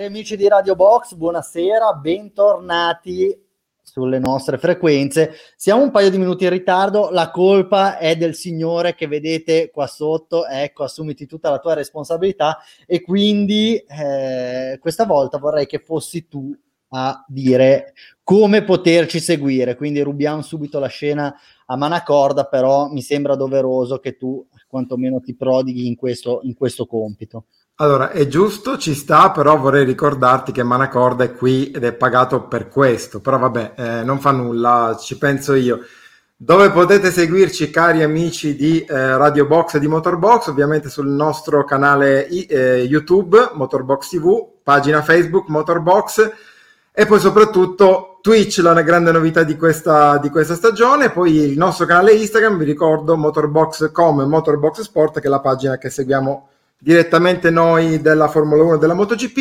Cari amici di Radio Box, buonasera, bentornati sulle nostre frequenze. Siamo un paio di minuti in ritardo, la colpa è del signore che vedete qua sotto, ecco, assumiti tutta la tua responsabilità e quindi questa volta vorrei che fossi tu a dire come poterci seguire, quindi rubiamo subito la scena a Manacorda, però mi sembra doveroso che tu quantomeno ti prodighi in questo compito. Allora, è giusto, ci sta, però vorrei ricordarti che Manacorda è qui ed è pagato per questo, però vabbè, non fa nulla, ci penso io. Dove potete seguirci, cari amici di Radio Box e di Motorbox? Ovviamente sul nostro canale YouTube, Motorbox TV, pagina Facebook, Motorbox, e poi soprattutto Twitch, la grande novità di questa stagione, poi il nostro canale Instagram, vi ricordo, Motorbox.com e Motorbox Sport, che è la pagina che seguiamo direttamente noi della Formula 1 e della MotoGP,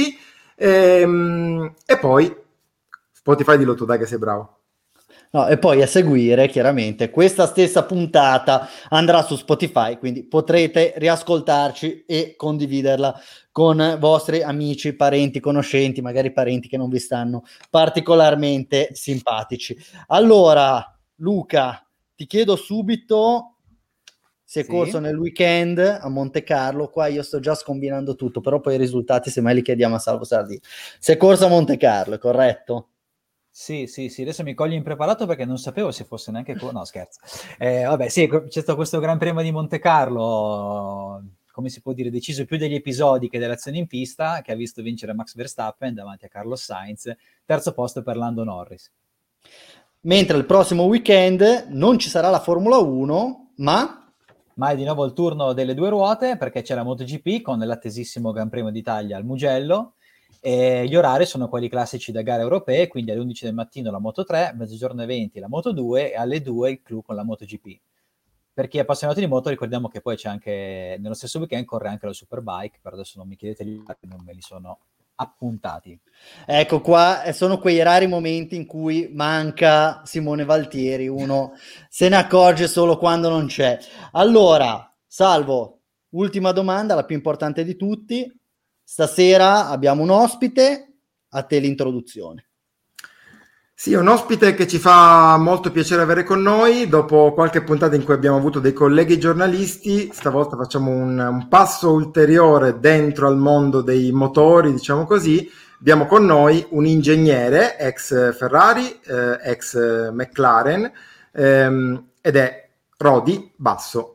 e poi Spotify, dillo tu, dai che sei bravo. No, e poi a seguire, chiaramente, questa stessa puntata andrà su Spotify, quindi potrete riascoltarci e condividerla con vostri amici, parenti, conoscenti, magari parenti che non vi stanno particolarmente simpatici. Allora, Luca, ti chiedo subito se è corso nel weekend a Monte Carlo. Qua io sto già scombinando tutto, però poi i risultati semmai li chiediamo a Salvo Sardini. Se è corso a Monte Carlo, è corretto? Sì, adesso mi cogli impreparato perché non sapevo se fosse neanche... No, scherzo. Vabbè, sì, c'è stato questo Gran Premio di Monte Carlo, come si può dire, deciso più degli episodi che delle azioni in pista, che ha visto vincere Max Verstappen davanti a Carlos Sainz, terzo posto per Lando Norris. Mentre il prossimo weekend non ci sarà la Formula 1, ma è di nuovo il turno delle due ruote, perché c'è la MotoGP con l'attesissimo Gran Premio d'Italia al Mugello. E gli orari sono quelli classici da gare europee, quindi alle 11 del mattino la Moto 3, mezzogiorno e 20 la Moto 2 e alle 2 il clou con la MotoGP. Per chi è appassionato di moto, ricordiamo che poi c'è anche, nello stesso weekend corre anche la Superbike, per adesso non mi chiedete gli orari, non me li sono appuntati. Ecco qua, sono quei rari momenti in cui manca Simone Valtieri, uno se ne accorge solo quando non c'è. Allora, Salvo, ultima domanda, la più importante di tutti. Stasera abbiamo un ospite, a te l'introduzione. Sì, un ospite che ci fa molto piacere avere con noi. Dopo qualche puntata in cui abbiamo avuto dei colleghi giornalisti, stavolta facciamo un passo ulteriore dentro al mondo dei motori, diciamo così. Abbiamo con noi un ingegnere, ex Ferrari, ex McLaren, ed è Rodi Basso.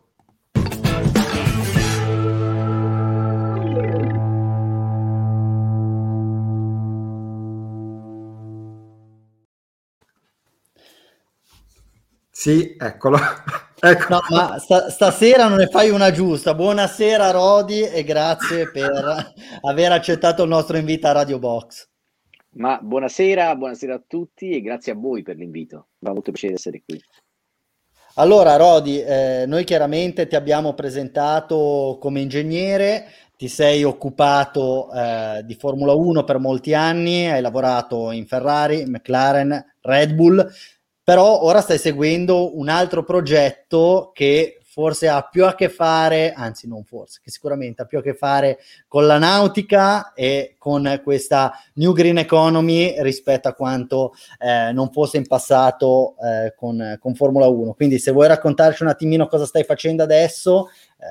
Sì, eccolo. Ecco. No, ma stasera non ne fai una giusta. Buonasera Rodi e grazie per aver accettato il nostro invito a Radio Box. Ma buonasera a tutti e grazie a voi per l'invito. Mi fa molto piacere essere qui. Allora Rodi, noi chiaramente ti abbiamo presentato come ingegnere, ti sei occupato di Formula 1 per molti anni, hai lavorato in Ferrari, McLaren, Red Bull, però ora stai seguendo un altro progetto che forse ha più a che fare, anzi non forse, che sicuramente ha più a che fare con la nautica e con questa New Green Economy rispetto a quanto non fosse in passato con Formula 1. Quindi se vuoi raccontarci un attimino cosa stai facendo adesso.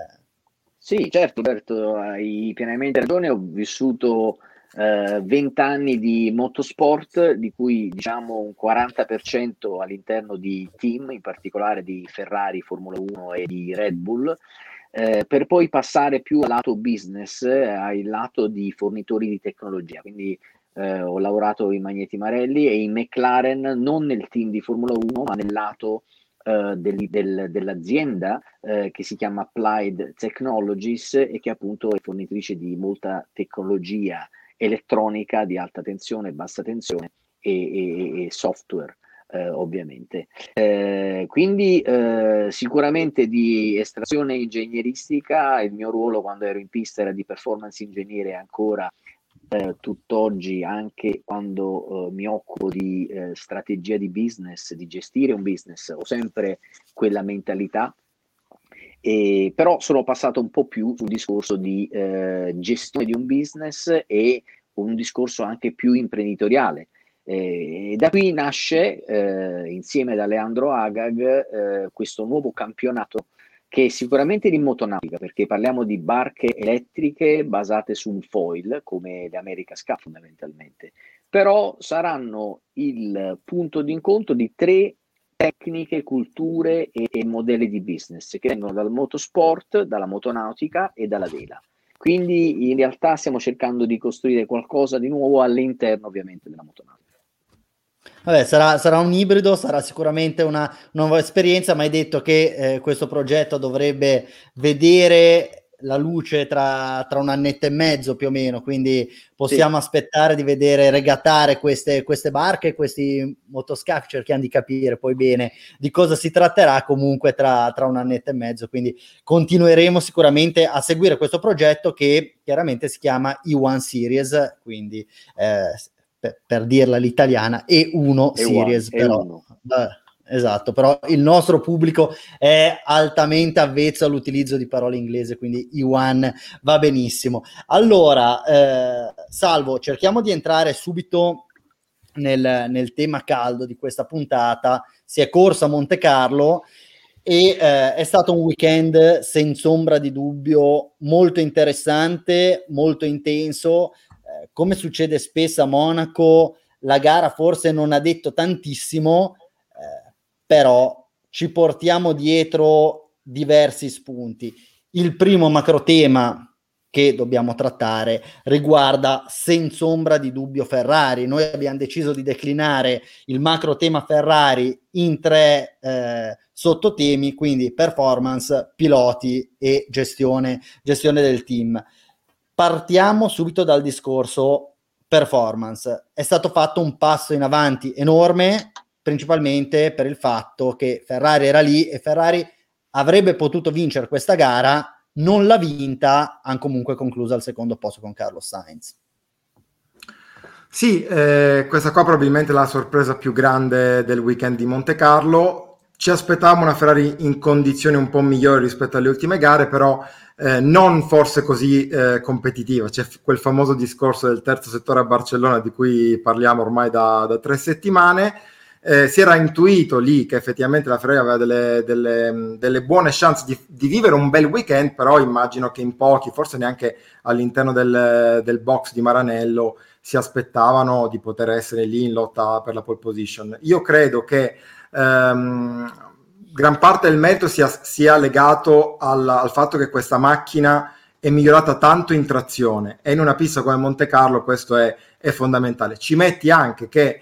Sì, certo, hai pienamente ragione. Ho vissuto 20 anni di motorsport, di cui diciamo un 40% all'interno di team, in particolare di Ferrari, Formula 1 e di Red Bull, per poi passare più al lato business, al lato di fornitori di tecnologia. Quindi ho lavorato in Magneti Marelli e in McLaren, non nel team di Formula 1, ma nel lato dell'azienda che si chiama Applied Technologies e che appunto è fornitrice di molta tecnologia elettronica di alta tensione, bassa tensione e software. Ovviamente. Quindi sicuramente di estrazione ingegneristica. Il mio ruolo quando ero in pista era di performance ingegnere, ancora tutt'oggi, anche quando mi occupo di strategia di business, di gestire un business, ho sempre quella mentalità. Però sono passato un po' più sul discorso di gestione di un business e con un discorso anche più imprenditoriale. E da qui nasce, insieme ad Leandro Agag, questo nuovo campionato che è sicuramente di motonautica, perché parliamo di barche elettriche basate su un foil, come le America's Cup fondamentalmente, però saranno il punto di incontro di 3 tecniche, culture e modelli di business che vengono dal motorsport, dalla motonautica e dalla vela. Quindi in realtà stiamo cercando di costruire qualcosa di nuovo all'interno ovviamente della motonautica. Vabbè, sarà un ibrido, sarà sicuramente una nuova esperienza, ma hai detto che questo progetto dovrebbe vedere la luce tra un annetto e mezzo più o meno, quindi possiamo aspettare di vedere regattare queste barche, questi motoscafi, cerchiamo di capire poi bene di cosa si tratterà comunque tra un annetto e mezzo, quindi continueremo sicuramente a seguire questo progetto che chiaramente si chiama E1 Series, quindi per dirla all'italiana, E1 Series, però esatto, però il nostro pubblico è altamente avvezzo all'utilizzo di parole inglesi, quindi E1 va benissimo. Allora, Salvo, cerchiamo di entrare subito nel tema caldo di questa puntata. Si è corsa a Monte Carlo e è stato un weekend senza ombra di dubbio molto interessante, molto intenso. Come succede spesso a Monaco, la gara forse non ha detto tantissimo, però ci portiamo dietro diversi spunti. Il primo macro tema che dobbiamo trattare riguarda senza ombra di dubbio Ferrari. Noi abbiamo deciso di declinare il macro tema Ferrari in 3 sottotemi, quindi performance, piloti e gestione del team. Partiamo subito dal discorso performance. È stato fatto un passo in avanti enorme, principalmente per il fatto che Ferrari era lì e Ferrari avrebbe potuto vincere questa gara, non l'ha vinta, hanno comunque concluso al secondo posto con Carlos Sainz. Sì, questa qua probabilmente è la sorpresa più grande del weekend di Monte Carlo. Ci aspettavamo una Ferrari in condizioni un po' migliori rispetto alle ultime gare, però non forse così competitiva. C'è quel famoso discorso del terzo settore a Barcellona di cui parliamo ormai da 3 settimane. Si era intuito lì che effettivamente la Ferrari aveva delle buone chance di vivere un bel weekend, però immagino che in pochi, forse neanche all'interno del box di Maranello, si aspettavano di poter essere lì in lotta per la pole position. Io credo che gran parte del merito sia legato al fatto che questa macchina è migliorata tanto in trazione, e in una pista come Monte Carlo questo è fondamentale. Ci metti anche che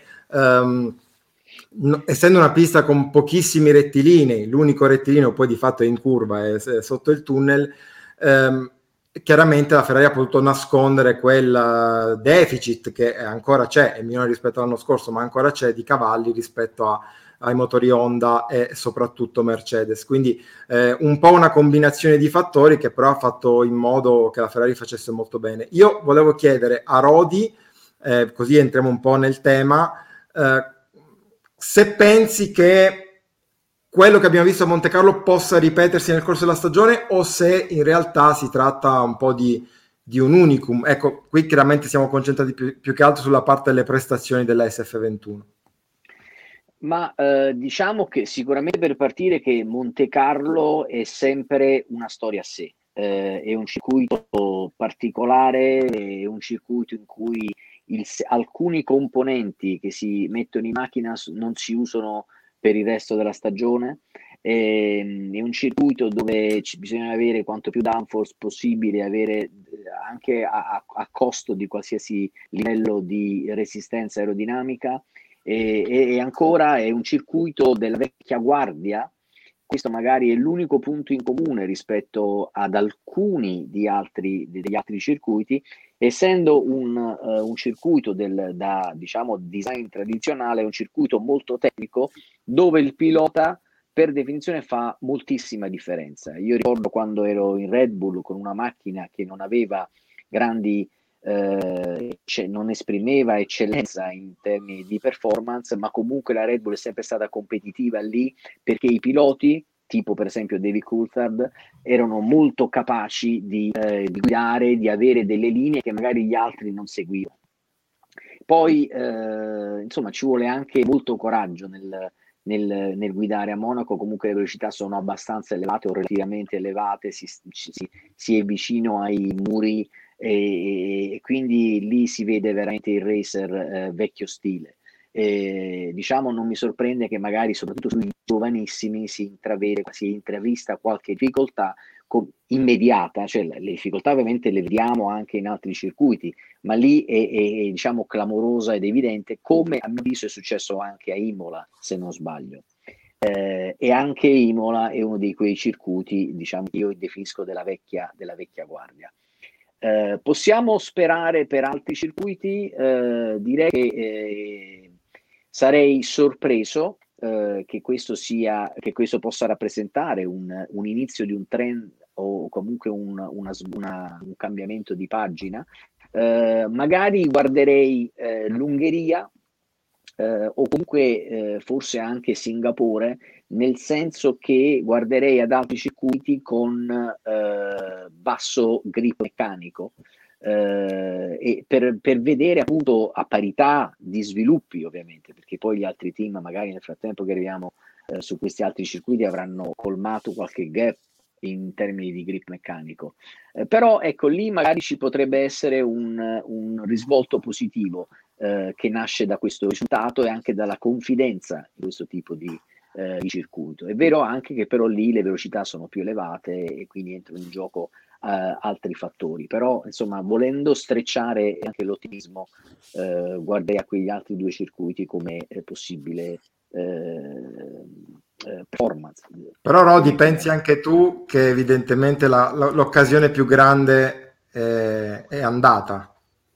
essendo una pista con pochissimi rettilinei, l'unico rettilineo poi di fatto è in curva, è sotto il tunnel, chiaramente la Ferrari ha potuto nascondere quel deficit che ancora c'è, è minore rispetto all'anno scorso, ma ancora c'è, di cavalli rispetto ai motori Honda e soprattutto Mercedes. Quindi un po' una combinazione di fattori che però ha fatto in modo che la Ferrari facesse molto bene. Io volevo chiedere a Rodi, così entriamo un po' nel tema, se pensi che quello che abbiamo visto a Monte Carlo possa ripetersi nel corso della stagione, o se in realtà si tratta un po' di un unicum. Ecco, qui chiaramente siamo concentrati più che altro sulla parte delle prestazioni della SF21. Ma diciamo che sicuramente, per partire, che Monte Carlo è sempre una storia a sé, è un circuito particolare, è un circuito in cui alcuni componenti che si mettono in macchina non si usano per il resto della stagione. È un circuito dove bisogna avere quanto più downforce possibile, avere anche a costo di qualsiasi livello di resistenza aerodinamica, e ancora è un circuito della vecchia guardia. Questo magari è l'unico punto in comune rispetto ad alcuni degli altri circuiti, essendo un circuito da diciamo design tradizionale, è un circuito molto tecnico dove il pilota per definizione fa moltissima differenza. Io ricordo quando ero in Red Bull con una macchina che non aveva grandi non esprimeva eccellenza in termini di performance, ma comunque la Red Bull è sempre stata competitiva lì, perché i piloti, tipo per esempio David Coulthard, erano molto capaci di guidare, di avere delle linee che magari gli altri non seguivano. Poi insomma ci vuole anche molto coraggio nel guidare a Monaco. Comunque le velocità sono abbastanza elevate o relativamente elevate, si è vicino ai muri, e quindi lì si vede veramente il racer vecchio stile. Diciamo, non mi sorprende che magari soprattutto sui giovanissimi si intravista qualche difficoltà immediata, cioè le difficoltà ovviamente le vediamo anche in altri circuiti, ma lì è diciamo clamorosa ed evidente, come a mio avviso è successo anche a Imola, se non sbaglio. E anche Imola è uno di quei circuiti, diciamo, che io definisco della vecchia guardia. Possiamo sperare per altri circuiti? Direi che sarei sorpreso che questo possa rappresentare un inizio di un trend o comunque un cambiamento di pagina. Magari guarderei l'Ungheria, o comunque forse anche Singapore, nel senso che guarderei ad altri circuiti con basso grip meccanico, e per vedere appunto a parità di sviluppi, ovviamente, perché poi gli altri team magari nel frattempo che arriviamo su questi altri circuiti avranno colmato qualche gap in termini di grip meccanico, però ecco, lì magari ci potrebbe essere un risvolto positivo che nasce da questo risultato e anche dalla confidenza in questo tipo di circuito. È vero anche che però lì le velocità sono più elevate e quindi entrano in gioco altri fattori, però insomma, volendo strecciare anche l'ottimismo, guarderei a quegli altri due circuiti come possibile performance. Però Rodi, pensi anche tu che evidentemente l'occasione più grande è andata?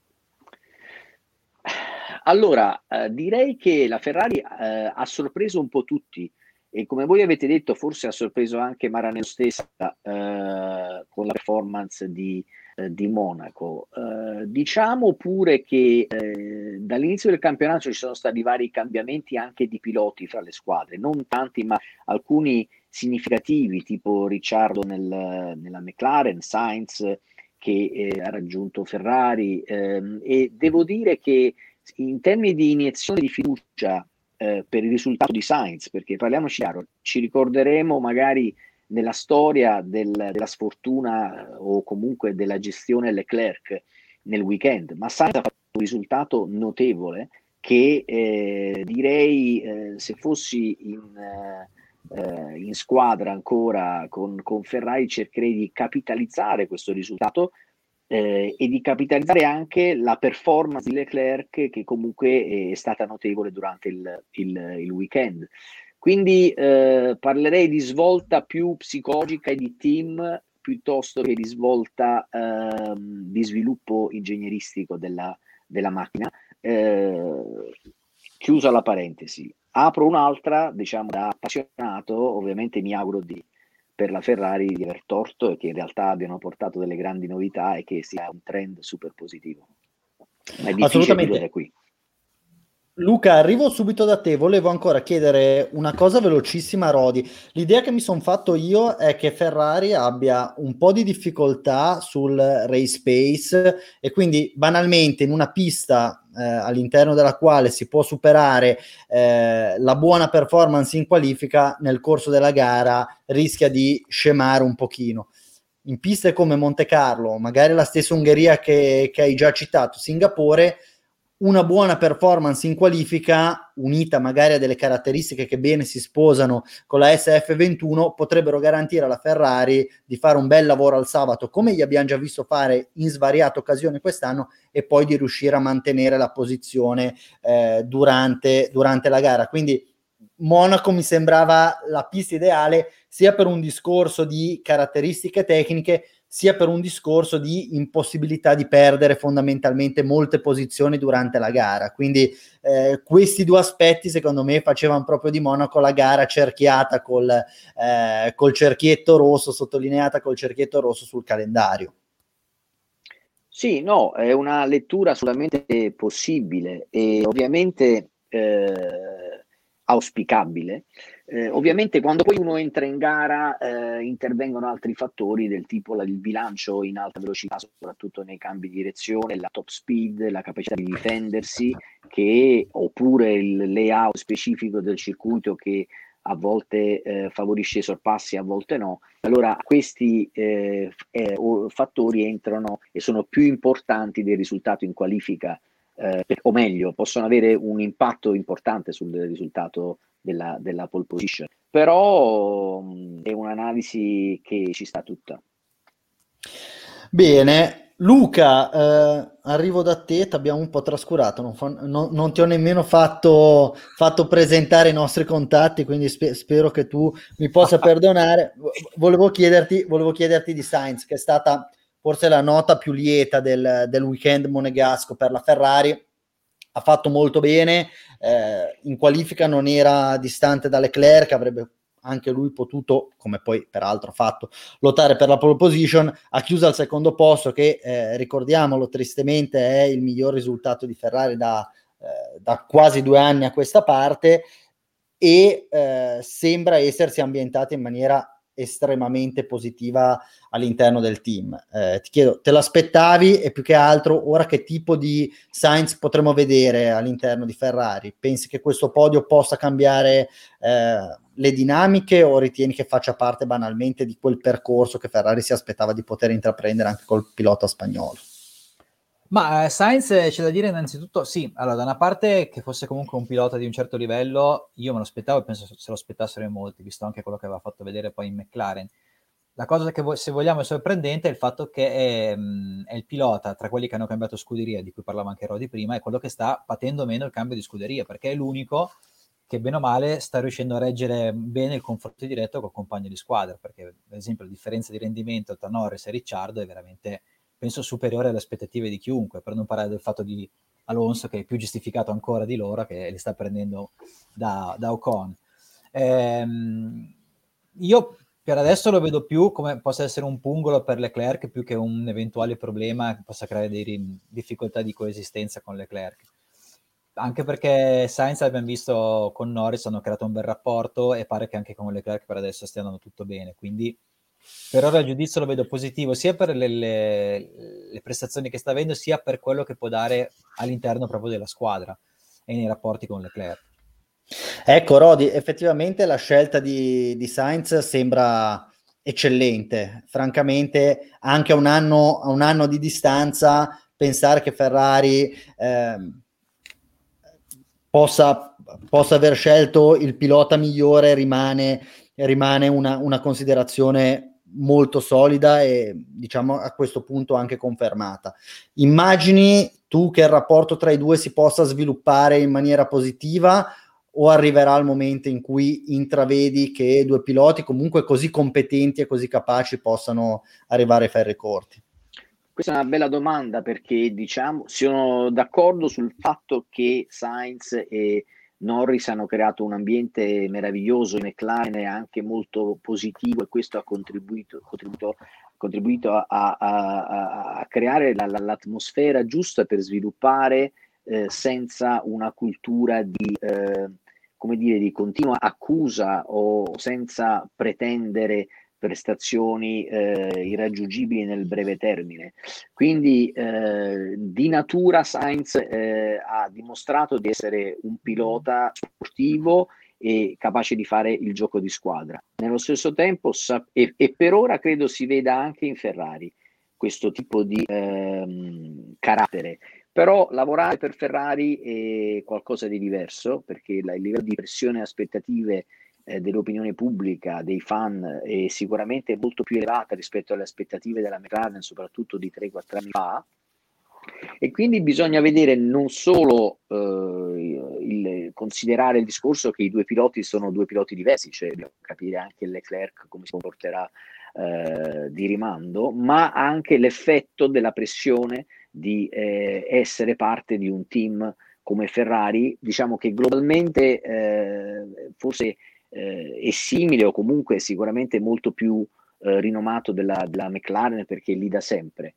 Allora, direi che la Ferrari ha sorpreso un po' tutti, e come voi avete detto forse ha sorpreso anche Maranello stessa con la performance di Monaco. Diciamo pure che dall'inizio del campionato ci sono stati vari cambiamenti anche di piloti fra le squadre, non tanti ma alcuni significativi, tipo Ricciardo nella McLaren, Sainz che ha raggiunto Ferrari, e devo dire che in termini di iniezione di fiducia per il risultato di Sainz, perché parliamoci chiaro, ci ricorderemo magari nella storia della sfortuna o comunque della gestione Leclerc nel weekend, ma Sainz ha fatto un risultato notevole che direi se fossi in squadra ancora con Ferrari cercherei di capitalizzare questo risultato e di capitalizzare anche la performance di Leclerc, che comunque è stata notevole durante il weekend. Quindi parlerei di svolta più psicologica e di team piuttosto che di svolta di sviluppo ingegneristico della macchina. Chiusa la parentesi, apro un'altra, diciamo da appassionato, ovviamente mi auguro per la Ferrari di aver torto e che in realtà abbiano portato delle grandi novità e che sia un trend super positivo. Ma è difficile chiudere qui. Luca, arrivo subito da te. Volevo ancora chiedere una cosa velocissima a Rodi. L'idea che mi sono fatto io è che Ferrari abbia un po' di difficoltà sul race pace e quindi banalmente in una pista all'interno della quale si può superare la buona performance in qualifica, nel corso della gara rischia di scemare un pochino. In piste come Monte Carlo, magari la stessa Ungheria che hai già citato, Singapore, una buona performance in qualifica, unita magari a delle caratteristiche che bene si sposano con la SF21, potrebbero garantire alla Ferrari di fare un bel lavoro al sabato, come gli abbiamo già visto fare in svariate occasioni quest'anno, e poi di riuscire a mantenere la posizione durante la gara. Quindi Monaco mi sembrava la pista ideale sia per un discorso di caratteristiche tecniche, sia per un discorso di impossibilità di perdere fondamentalmente molte posizioni durante la gara. Quindi questi due aspetti secondo me facevano proprio di Monaco la gara cerchiata col cerchietto rosso, sottolineata col cerchietto rosso sul calendario. Sì, no, è una lettura assolutamente possibile e ovviamente auspicabile. Ovviamente quando poi uno entra in gara intervengono altri fattori del tipo il bilancio in alta velocità, soprattutto nei cambi di direzione, la top speed, la capacità di difendersi, oppure il layout specifico del circuito che a volte favorisce i sorpassi, a volte no. Allora questi fattori entrano e sono più importanti del risultato in qualifica, o meglio, possono avere un impatto importante sul risultato della pole position. Però è un'analisi che ci sta tutta. Bene, Luca, arrivo da te, ti abbiamo un po' trascurato, non ti ho nemmeno fatto presentare i nostri contatti, quindi spero che tu mi possa perdonare. Volevo chiederti di Sainz, che è stata forse la nota più lieta del weekend monegasco per la Ferrari. Ha fatto molto bene, in qualifica non era distante da Leclerc, avrebbe anche lui potuto, come poi peraltro ha fatto, lottare per la pole position. Ha chiuso al secondo posto, che ricordiamolo tristemente è il miglior risultato di Ferrari da quasi 2 anni a questa parte, e sembra essersi ambientata in maniera estremamente positiva all'interno del team. Ti chiedo, te l'aspettavi, e più che altro ora che tipo di Sainz potremo vedere all'interno di Ferrari? Pensi che questo podio possa cambiare le dinamiche, o ritieni che faccia parte banalmente di quel percorso che Ferrari si aspettava di poter intraprendere anche col pilota spagnolo? Ma Sainz, c'è da dire innanzitutto, sì, allora da una parte che fosse comunque un pilota di un certo livello, io me lo aspettavo e penso se lo aspettassero in molti, visto anche quello che aveva fatto vedere poi in McLaren. La cosa che se vogliamo è sorprendente è il fatto che è il pilota tra quelli che hanno cambiato scuderia, di cui parlava anche Rodi prima, è quello che sta patendo meno il cambio di scuderia, perché è l'unico che bene o male sta riuscendo a reggere bene il confronto diretto col compagno di squadra, perché ad esempio la differenza di rendimento tra Norris e Ricciardo è veramente, penso, superiore alle aspettative di chiunque, per non parlare del fatto di Alonso, che è più giustificato ancora di loro, che li sta prendendo da Ocon. Io per adesso lo vedo più come possa essere un pungolo per Leclerc, più che un eventuale problema che possa creare delle difficoltà di coesistenza con Leclerc. Anche perché Sainz, abbiamo visto con Norris, hanno creato un bel rapporto, e pare che anche con Leclerc per adesso stia andando tutto bene, quindi per ora il giudizio lo vedo positivo, sia per le prestazioni che sta avendo, sia per quello che può dare all'interno proprio della squadra e nei rapporti con Leclerc. Ecco, Rodi, effettivamente la scelta di Sainz sembra eccellente. Francamente, anche a un anno di distanza, pensare che Ferrari possa aver scelto il pilota migliore rimane una considerazione molto solida, e diciamo a questo punto anche confermata. Immagini tu che il rapporto tra i due si possa sviluppare in maniera positiva, o arriverà il momento in cui intravedi che 2 piloti comunque così competenti e così capaci possano arrivare ai ferri corti? Questa è una bella domanda, perché diciamo sono d'accordo sul fatto che Sainz e Norris hanno creato un ambiente meraviglioso, in McLaren è anche molto positivo, e questo ha contribuito a creare l'atmosfera giusta per sviluppare, senza una cultura come dire, di continua accusa, o senza pretendere prestazioni irraggiungibili nel breve termine. Quindi di natura Sainz ha dimostrato di essere un pilota sportivo e capace di fare il gioco di squadra. Nello stesso tempo, e per ora credo si veda anche in Ferrari questo tipo di carattere. Però lavorare per Ferrari è qualcosa di diverso, perché il livello di pressione e aspettative dell'opinione pubblica, dei fan, è sicuramente molto più elevata rispetto alle aspettative della McLaren, soprattutto di 3-4 anni fa, e quindi bisogna vedere non solo considerare il discorso che i 2 piloti sono 2 piloti diversi, cioè dobbiamo capire anche Leclerc come si comporterà di rimando, ma anche l'effetto della pressione di essere parte di un team come Ferrari, diciamo che globalmente forse è simile, o comunque sicuramente molto più rinomato della McLaren, perché è lì da sempre.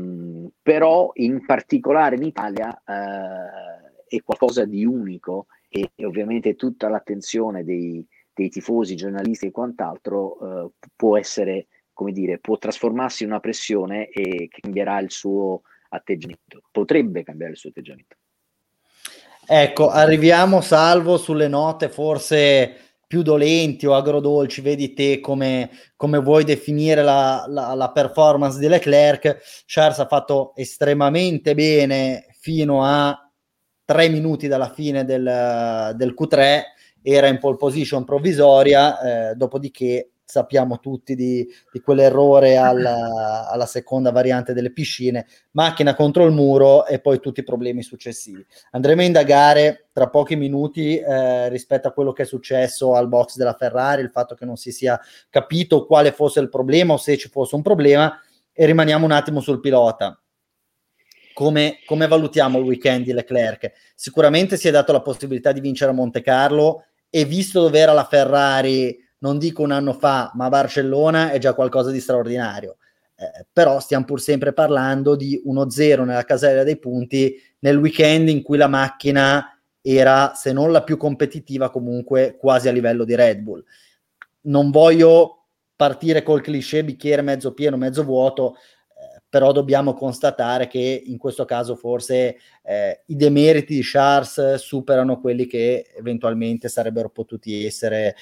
Però in particolare in Italia è qualcosa di unico, e ovviamente tutta l'attenzione dei tifosi, giornalisti e quant'altro può essere, come dire, può trasformarsi in una pressione e cambierà il suo atteggiamento, potrebbe cambiare il suo atteggiamento. Ecco, arriviamo, Salvo, sulle note forse più dolenti o agrodolci, vedi te come vuoi definire la performance di Leclerc. Charles ha fatto estremamente bene fino a 3 minuti dalla fine del Q3, era in pole position provvisoria, dopodiché sappiamo tutti di quell'errore alla seconda variante delle piscine, macchina contro il muro e poi tutti i problemi successivi. Andremo a indagare tra pochi minuti rispetto a quello che è successo al box della Ferrari, il fatto che non si sia capito quale fosse il problema o se ci fosse un problema, e rimaniamo un attimo sul pilota. Come valutiamo il weekend di Leclerc? Sicuramente si è dato la possibilità di vincere a Monte Carlo, e visto dove era la Ferrari, non dico un anno fa, ma a Barcellona è già qualcosa di straordinario. Però stiamo pur sempre parlando di 1-0 nella casella dei punti nel weekend in cui la macchina era, se non la più competitiva, comunque quasi a livello di Red Bull. Non voglio partire col cliché bicchiere mezzo pieno, mezzo vuoto, però dobbiamo constatare che in questo caso forse i demeriti di Charles superano quelli che eventualmente sarebbero potuti essere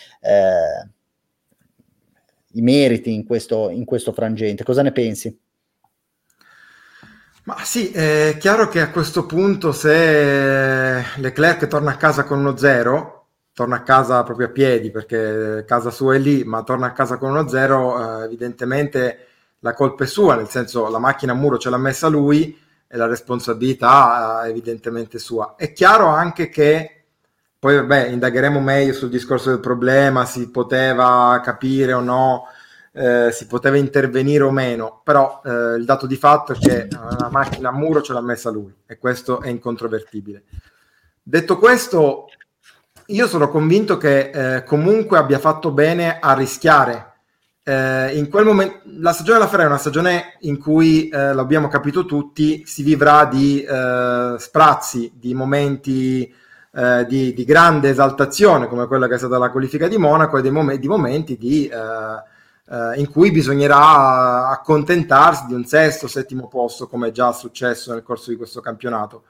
i meriti in questo frangente. Cosa ne pensi? Ma sì, è chiaro che a questo punto, se Leclerc torna a casa con 1-0, torna a casa proprio a piedi, perché casa sua è lì, ma torna a casa con 1-0, evidentemente la colpa è sua, nel senso, la macchina a muro ce l'ha messa lui e la responsabilità evidentemente sua. È chiaro anche che poi, vabbè, indagheremo meglio sul discorso del problema, si poteva capire o no, si poteva intervenire o meno, però il dato di fatto è che la macchina a muro ce l'ha messa lui, e questo è incontrovertibile. Detto questo, io sono convinto che comunque abbia fatto bene a rischiare. In quel momento la stagione della Ferrari è una stagione in cui, l'abbiamo capito tutti, si vivrà di sprazzi, di momenti di grande esaltazione, come quella che è stata la qualifica di Monaco, e di momenti in cui bisognerà accontentarsi di un sesto, settimo posto, come è già successo nel corso di questo campionato.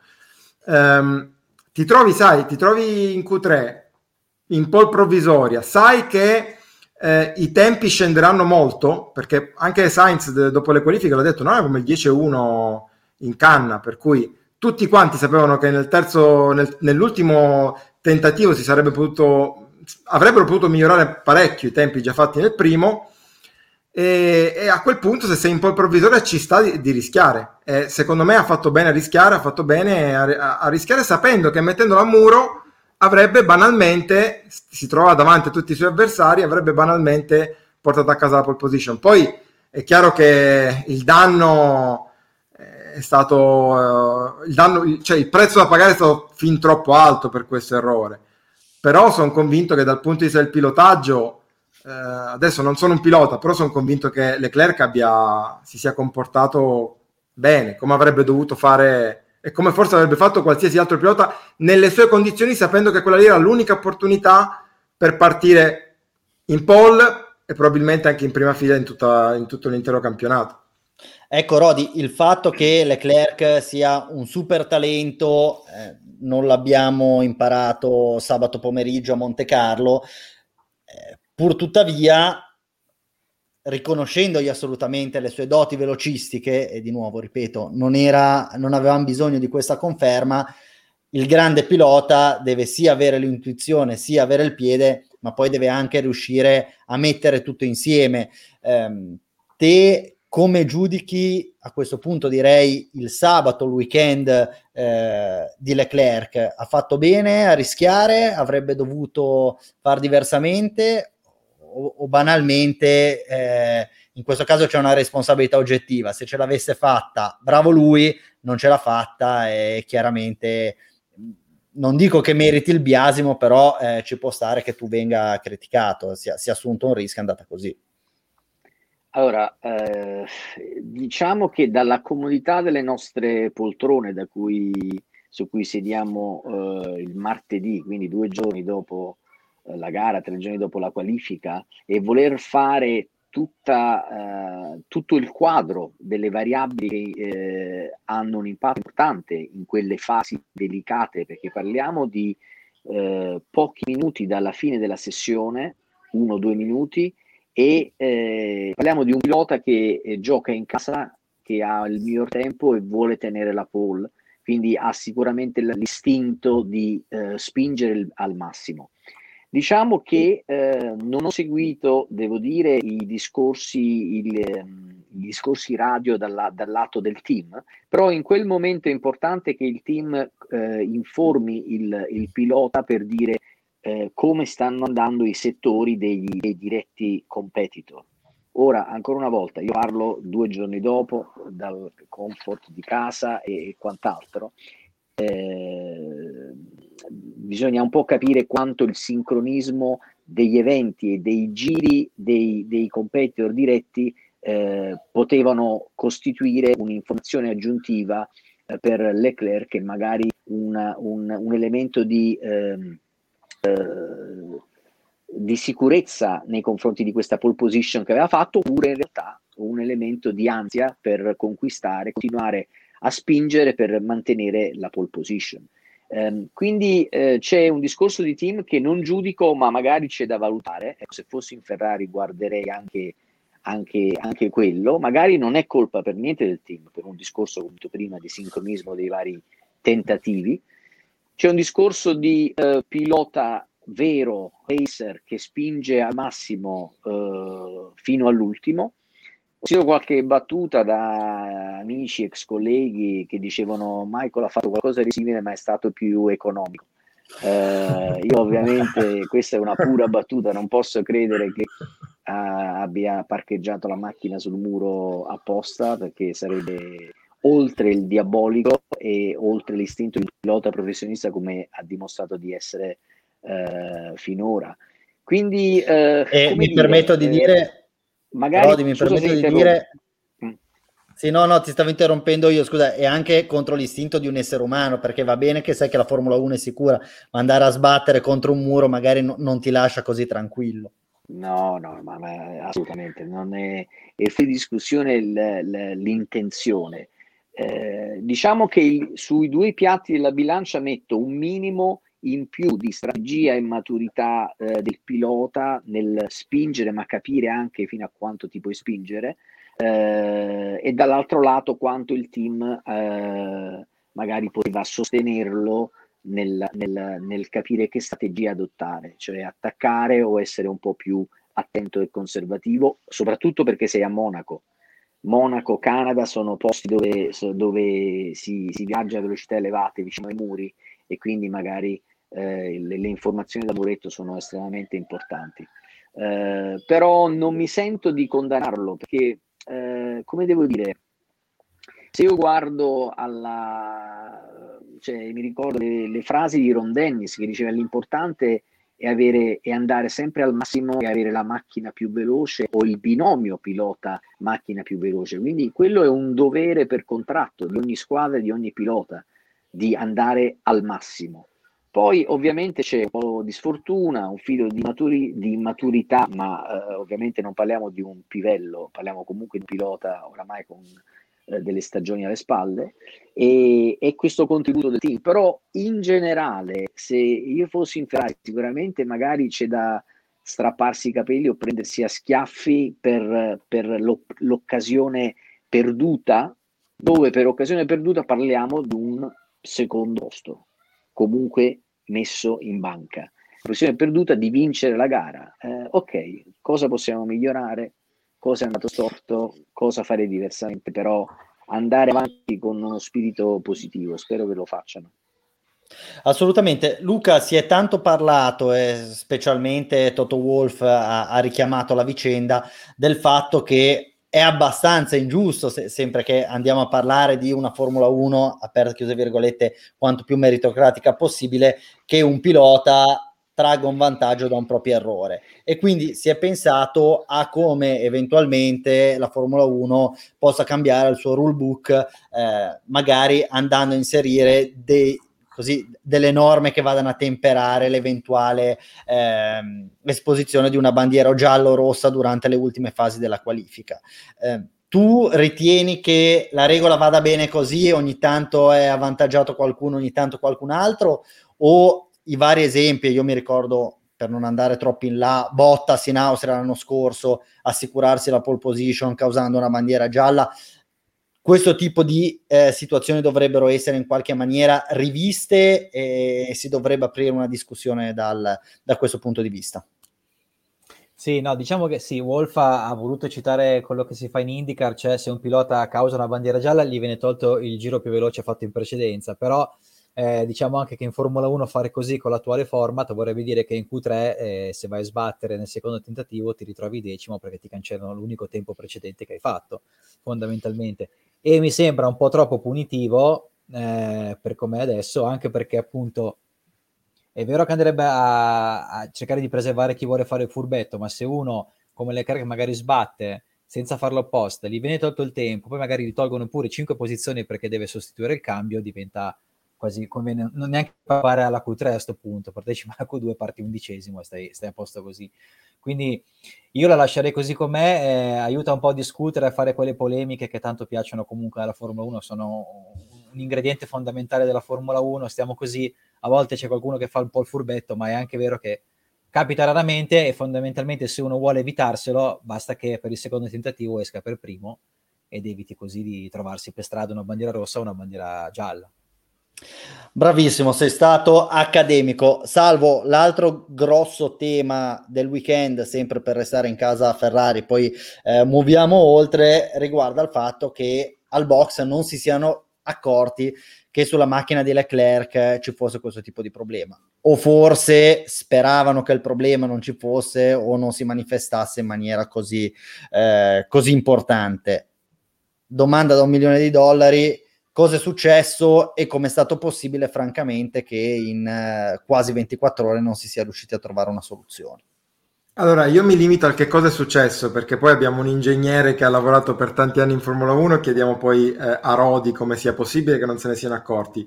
Ti trovi in Q3 in pole provvisoria, sai che i tempi scenderanno molto, perché anche Sainz dopo le qualifiche l'ha detto, non è come il 10-1 in canna, per cui tutti quanti sapevano che nell'ultimo tentativo avrebbero potuto migliorare parecchio i tempi già fatti nel primo, e a quel punto, se sei in pole provvisoria, ci sta di rischiare. Secondo me ha fatto bene a rischiare, a rischiare sapendo che mettendolo a muro avrebbe banalmente, si trova davanti a tutti i suoi avversari, avrebbe banalmente portato a casa la pole position. Poi è chiaro che il danno è stato cioè il prezzo da pagare è stato fin troppo alto per questo errore, però sono convinto che dal punto di vista del pilotaggio, adesso non sono un pilota, però sono convinto che Leclerc si sia comportato bene, come avrebbe dovuto fare e come forse avrebbe fatto qualsiasi altro pilota nelle sue condizioni, sapendo che quella lì era l'unica opportunità per partire in pole e probabilmente anche in prima fila in tutto l'intero campionato. Ecco, Rodi, il fatto che Leclerc sia un super talento non l'abbiamo imparato sabato pomeriggio a Monte Carlo, pur tuttavia, riconoscendogli assolutamente le sue doti velocistiche, e di nuovo, ripeto, non avevamo bisogno di questa conferma, il grande pilota deve sia avere l'intuizione, sia avere il piede, ma poi deve anche riuscire a mettere tutto insieme. Te come giudichi, a questo punto direi, il sabato, il weekend di Leclerc? Ha fatto bene a rischiare? Avrebbe dovuto far diversamente? O banalmente in questo caso c'è una responsabilità oggettiva? Se ce l'avesse fatta, bravo lui, non ce l'ha fatta, e chiaramente non dico che meriti il biasimo, però ci può stare che tu venga criticato, si è assunto un rischio, è andata così. Allora, diciamo che dalla comodità delle nostre poltrone, da cui su cui sediamo il martedì, quindi 2 giorni dopo la gara, 3 giorni dopo la qualifica, e voler fare tutto il quadro delle variabili che hanno un impatto importante in quelle fasi delicate, perché parliamo di pochi minuti dalla fine della sessione, 1-2 minuti, e parliamo di un pilota che gioca in casa, che ha il miglior tempo e vuole tenere la pole, quindi ha sicuramente l'istinto di spingere al massimo. Diciamo che non ho seguito, devo dire, i discorsi radio dal lato del team, però in quel momento è importante che il team informi il pilota per dire come stanno andando i settori dei diretti competitor. Ora, ancora una volta, io parlo 2 giorni dopo dal comfort di casa e quant'altro. Bisogna un po' capire quanto il sincronismo degli eventi e dei giri dei competitor diretti potevano costituire un'informazione aggiuntiva per Leclerc, che magari un elemento di sicurezza nei confronti di questa pole position che aveva fatto, oppure in realtà un elemento di ansia per conquistare, continuare a spingere per mantenere la pole position. Quindi c'è un discorso di team che non giudico, ma magari c'è da valutare. Ecco, se fossi in Ferrari guarderei anche quello. Magari non è colpa per niente del team, per un discorso, come ho detto prima, di sincronismo dei vari tentativi. C'è un discorso di pilota vero, racer, che spinge al massimo fino all'ultimo. Ho sentito qualche battuta da amici, ex colleghi, che dicevano Michael ha fatto qualcosa di simile ma è stato più economico. Io ovviamente, questa è una pura battuta, non posso credere che abbia parcheggiato la macchina sul muro apposta, perché sarebbe oltre il diabolico e oltre l'istinto di pilota professionista, come ha dimostrato di essere finora. Quindi mi permetto di dire, magari, Rodi, mi permetto di dire, sì, no, ti stavo interrompendo io, scusa, è anche contro l'istinto di un essere umano, perché va bene che sai che la Formula 1 è sicura, ma andare a sbattere contro un muro magari non ti lascia così tranquillo. No, ma assolutamente non è fuori discussione l'intenzione. Diciamo che sui 2 piatti della bilancia metto un minimo in più di strategia e maturità del pilota nel spingere, ma capire anche fino a quanto ti puoi spingere, e dall'altro lato quanto il team magari poteva sostenerlo nel capire che strategia adottare, cioè attaccare o essere un po' più attento e conservativo, soprattutto perché sei a Monaco. Monaco, Canada sono posti dove si viaggia a velocità elevate vicino ai muri, e quindi magari le informazioni da muretto sono estremamente importanti. Però non mi sento di condannarlo, perché come devo dire, se io guardo mi ricordo le frasi di Ron Dennis, che diceva l'importante è andare sempre al massimo e avere la macchina più veloce, o il binomio pilota macchina più veloce. Quindi quello è un dovere per contratto di ogni squadra e di ogni pilota, di andare al massimo. Poi ovviamente c'è un po' di sfortuna, un filo di maturità, ma ovviamente non parliamo di un pivello, parliamo comunque di un pilota oramai con delle stagioni alle spalle, e questo contributo del team. Però in generale, se io fossi in Ferrari, sicuramente magari c'è da strapparsi i capelli o prendersi a schiaffi per l'occasione perduta, dove per occasione perduta parliamo di un secondo posto comunque messo in banca, l'occasione perduta di vincere la gara. Ok, cosa possiamo migliorare? Cosa è andato storto, cosa fare diversamente, però andare avanti con uno spirito positivo. Spero che lo facciano. Assolutamente. Luca, si è tanto parlato, e specialmente Toto Wolff ha richiamato la vicenda del fatto che è abbastanza ingiusto, sempre che andiamo a parlare di una Formula 1, aperta chiuse virgolette, quanto più meritocratica possibile, che un pilota tragga un vantaggio da un proprio errore, e quindi si è pensato a come eventualmente la Formula 1 possa cambiare il suo rulebook, magari andando a inserire delle norme che vadano a temperare l'eventuale esposizione di una bandiera gialla o rossa durante le ultime fasi della qualifica. Tu ritieni che la regola vada bene così, ogni tanto è avvantaggiato qualcuno, ogni tanto qualcun altro, o i vari esempi? Io mi ricordo, per non andare troppo in là, Bottas in Austria l'anno scorso, assicurarsi la pole position causando una bandiera gialla. Questo tipo di situazioni dovrebbero essere in qualche maniera riviste, e si dovrebbe aprire una discussione da questo punto di vista. Sì, no, diciamo che sì, Wolf ha voluto citare quello che si fa in IndyCar, cioè se un pilota causa una bandiera gialla gli viene tolto il giro più veloce fatto in precedenza, però diciamo anche che in Formula 1 fare così con l'attuale format vorrebbe dire che in Q3 se vai a sbattere nel secondo tentativo ti ritrovi decimo, perché ti cancellano l'unico tempo precedente che hai fatto, fondamentalmente. E mi sembra un po' troppo punitivo per com'è adesso, anche perché appunto è vero che andrebbe a cercare di preservare chi vuole fare il furbetto, ma se uno come Leclerc magari sbatte senza farlo apposta, gli viene tolto il tempo, poi magari gli tolgono pure 5 posizioni perché deve sostituire il cambio, diventa quasi come non neanche fare alla Q3 a questo punto, partecipa alla Q2, parti 11° e stai a posto così. Quindi io la lascerei così com'è, aiuta un po' a discutere, a fare quelle polemiche che tanto piacciono comunque alla Formula 1, sono un ingrediente fondamentale della Formula 1, stiamo così, a volte c'è qualcuno che fa un po' il furbetto, ma è anche vero che capita raramente, e fondamentalmente se uno vuole evitarselo basta che per il secondo tentativo esca per primo ed eviti così di trovarsi per strada una bandiera rossa o una bandiera gialla. Bravissimo, sei stato accademico. Salvo, l'altro grosso tema del weekend, sempre per restare in casa Ferrari, poi muoviamo oltre, riguarda il fatto che al box non si siano accorti che sulla macchina di Leclerc ci fosse questo tipo di problema, o forse speravano che il problema non ci fosse o non si manifestasse in maniera così importante. Domanda da $1 milione: cosa è successo e come è stato possibile, francamente, che in quasi 24 ore non si sia riusciti a trovare una soluzione? Allora, io mi limito al che cosa è successo, perché poi abbiamo un ingegnere che ha lavorato per tanti anni in Formula 1, chiediamo poi a Rodi come sia possibile che non se ne siano accorti.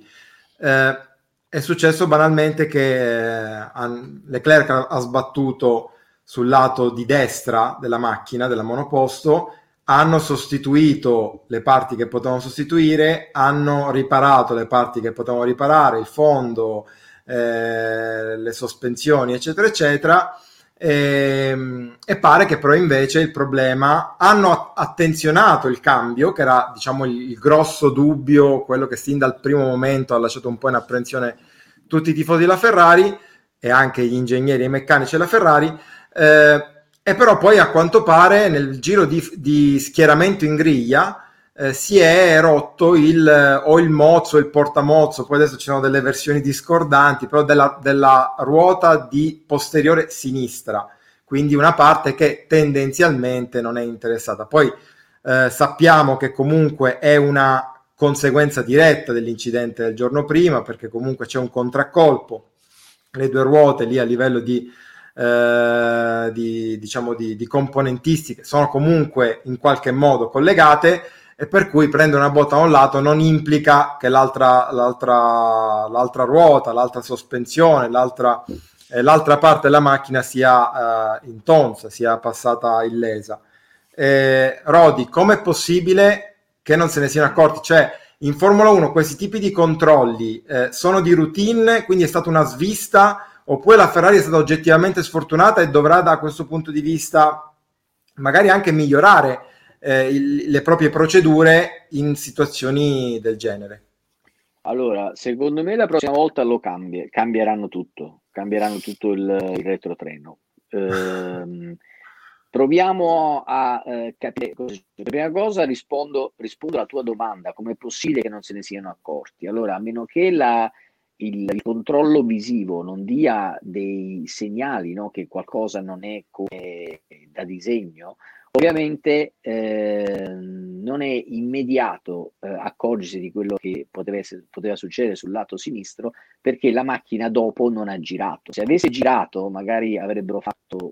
È successo banalmente che Leclerc ha sbattuto sul lato di destra della macchina, della monoposto, hanno sostituito le parti che potevano sostituire, hanno riparato le parti che potevano riparare, il fondo, le sospensioni, eccetera, eccetera. E pare che però invece il problema, hanno attenzionato il cambio, che era diciamo il grosso dubbio, quello che sin dal primo momento ha lasciato un po' in apprensione tutti i tifosi della Ferrari e anche gli ingegneri e i meccanici della Ferrari, e però poi a quanto pare nel giro di schieramento in griglia si è rotto o il mozzo, il portamozzo, poi adesso ci sono delle versioni discordanti, però della ruota di posteriore sinistra, quindi una parte che tendenzialmente non è interessata. Poi sappiamo che comunque è una conseguenza diretta dell'incidente del giorno prima, perché comunque c'è un contraccolpo, le due ruote lì a livello di componentistiche sono comunque in qualche modo collegate, e per cui prendere una botta da un lato non implica che l'altra ruota, l'altra sospensione, l'altra parte della macchina sia intonsa, sia passata illesa. Rodi, com'è possibile che non se ne siano accorti? Cioè, in Formula 1 questi tipi di controlli sono di routine, quindi è stata una svista, oppure la Ferrari è stata oggettivamente sfortunata e dovrà da questo punto di vista magari anche migliorare le proprie procedure in situazioni del genere? Allora, secondo me la prossima volta cambieranno tutto il retrotreno. Proviamo a capire cosa succede. La prima cosa, rispondo alla tua domanda: com'è possibile che non se ne siano accorti? Allora, a meno che il controllo visivo non dia dei segnali, no, che qualcosa non è come da disegno, Ovviamente non è immediato accorgersi di quello che poteva succedere sul lato sinistro, perché la macchina dopo non ha girato. Se avesse girato, magari avrebbero fatto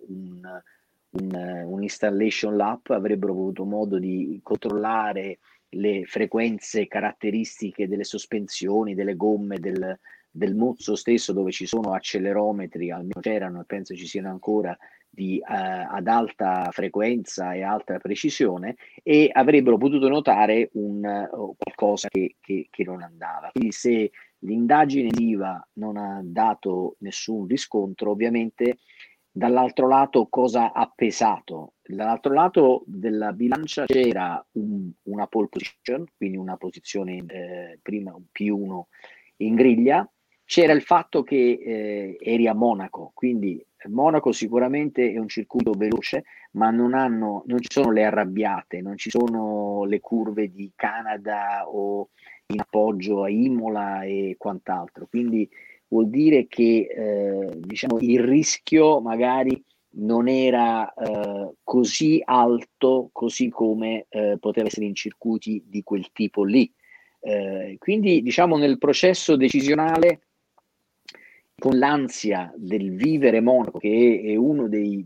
un installation lap, avrebbero avuto modo di controllare le frequenze caratteristiche delle sospensioni, delle gomme, del mozzo stesso, dove ci sono accelerometri, almeno c'erano e penso ci siano ancora, ad alta frequenza e alta precisione, e avrebbero potuto notare qualcosa che non andava. Quindi se l'indagine visiva non ha dato nessun riscontro, ovviamente dall'altro lato cosa ha pesato? Dall'altro lato della bilancia c'era una pole position, quindi una posizione prima un P1 in griglia, c'era il fatto che eri a Monaco, quindi Monaco sicuramente è un circuito veloce, ma non ci sono le arrabbiate, non ci sono le curve di Canada o in appoggio a Imola e quant'altro, quindi vuol dire che diciamo, il rischio magari non era così alto, così come poteva essere in circuiti di quel tipo lì. Quindi diciamo nel processo decisionale, con l'ansia del vivere Monaco, che è uno dei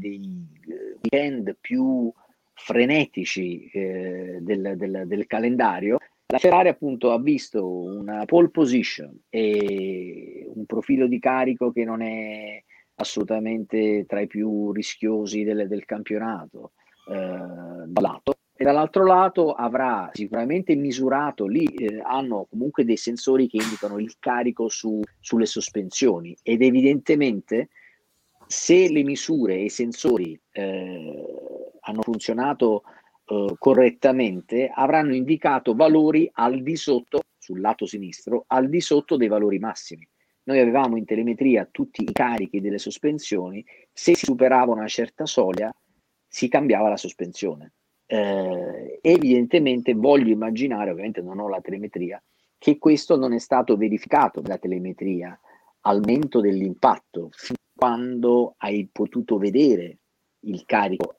weekend più frenetici del calendario, la Ferrari appunto ha visto una pole position e un profilo di carico che non è assolutamente tra i più rischiosi del campionato, da lato, e dall'altro lato avrà sicuramente misurato, lì hanno comunque dei sensori che indicano il carico sulle sospensioni, ed evidentemente se le misure e i sensori hanno funzionato correttamente, avranno indicato valori al di sotto, sul lato sinistro, al di sotto dei valori massimi. Noi avevamo in telemetria tutti i carichi delle sospensioni, se si superava una certa soglia si cambiava la sospensione. Evidentemente voglio immaginare, ovviamente non ho la telemetria, che questo non è stato verificato dalla telemetria al momento dell'impatto, fin quando hai potuto vedere il carico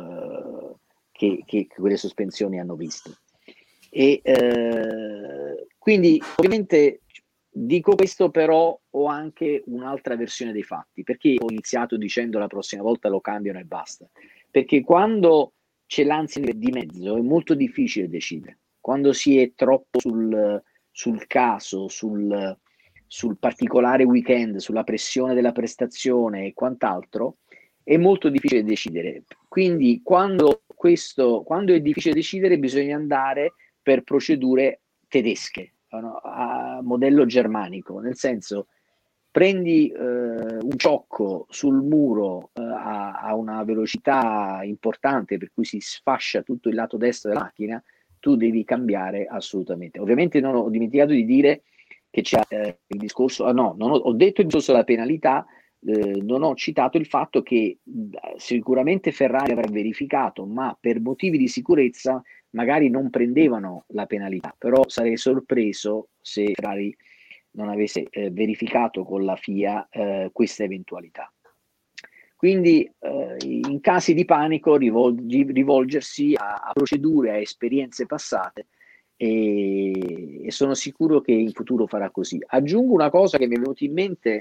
che quelle sospensioni hanno visto. E quindi ovviamente dico questo, però ho anche un'altra versione dei fatti, perché ho iniziato dicendo la prossima volta lo cambiano e basta, perché quando c'è l'ansia di mezzo è molto difficile decidere, quando si è troppo sul caso, sul particolare weekend, sulla pressione della prestazione e quant'altro, è molto difficile decidere. Quindi quando è difficile decidere, bisogna andare per procedure tedesche, no? A modello germanico, nel senso, prendi un ciocco sul muro a una velocità importante, per cui si sfascia tutto il lato destro della macchina, tu devi cambiare assolutamente. Ovviamente non ho dimenticato di dire che c'è il discorso, ho detto il discorso della penalità, non ho citato il fatto che sicuramente Ferrari avrà verificato, ma per motivi di sicurezza magari non prendevano la penalità, però sarei sorpreso se Ferrari non avesse verificato con la FIA questa eventualità. Quindi in casi di panico rivolgersi a procedure, a esperienze passate, e sono sicuro che in futuro farà così. Aggiungo una cosa che mi è venuta in mente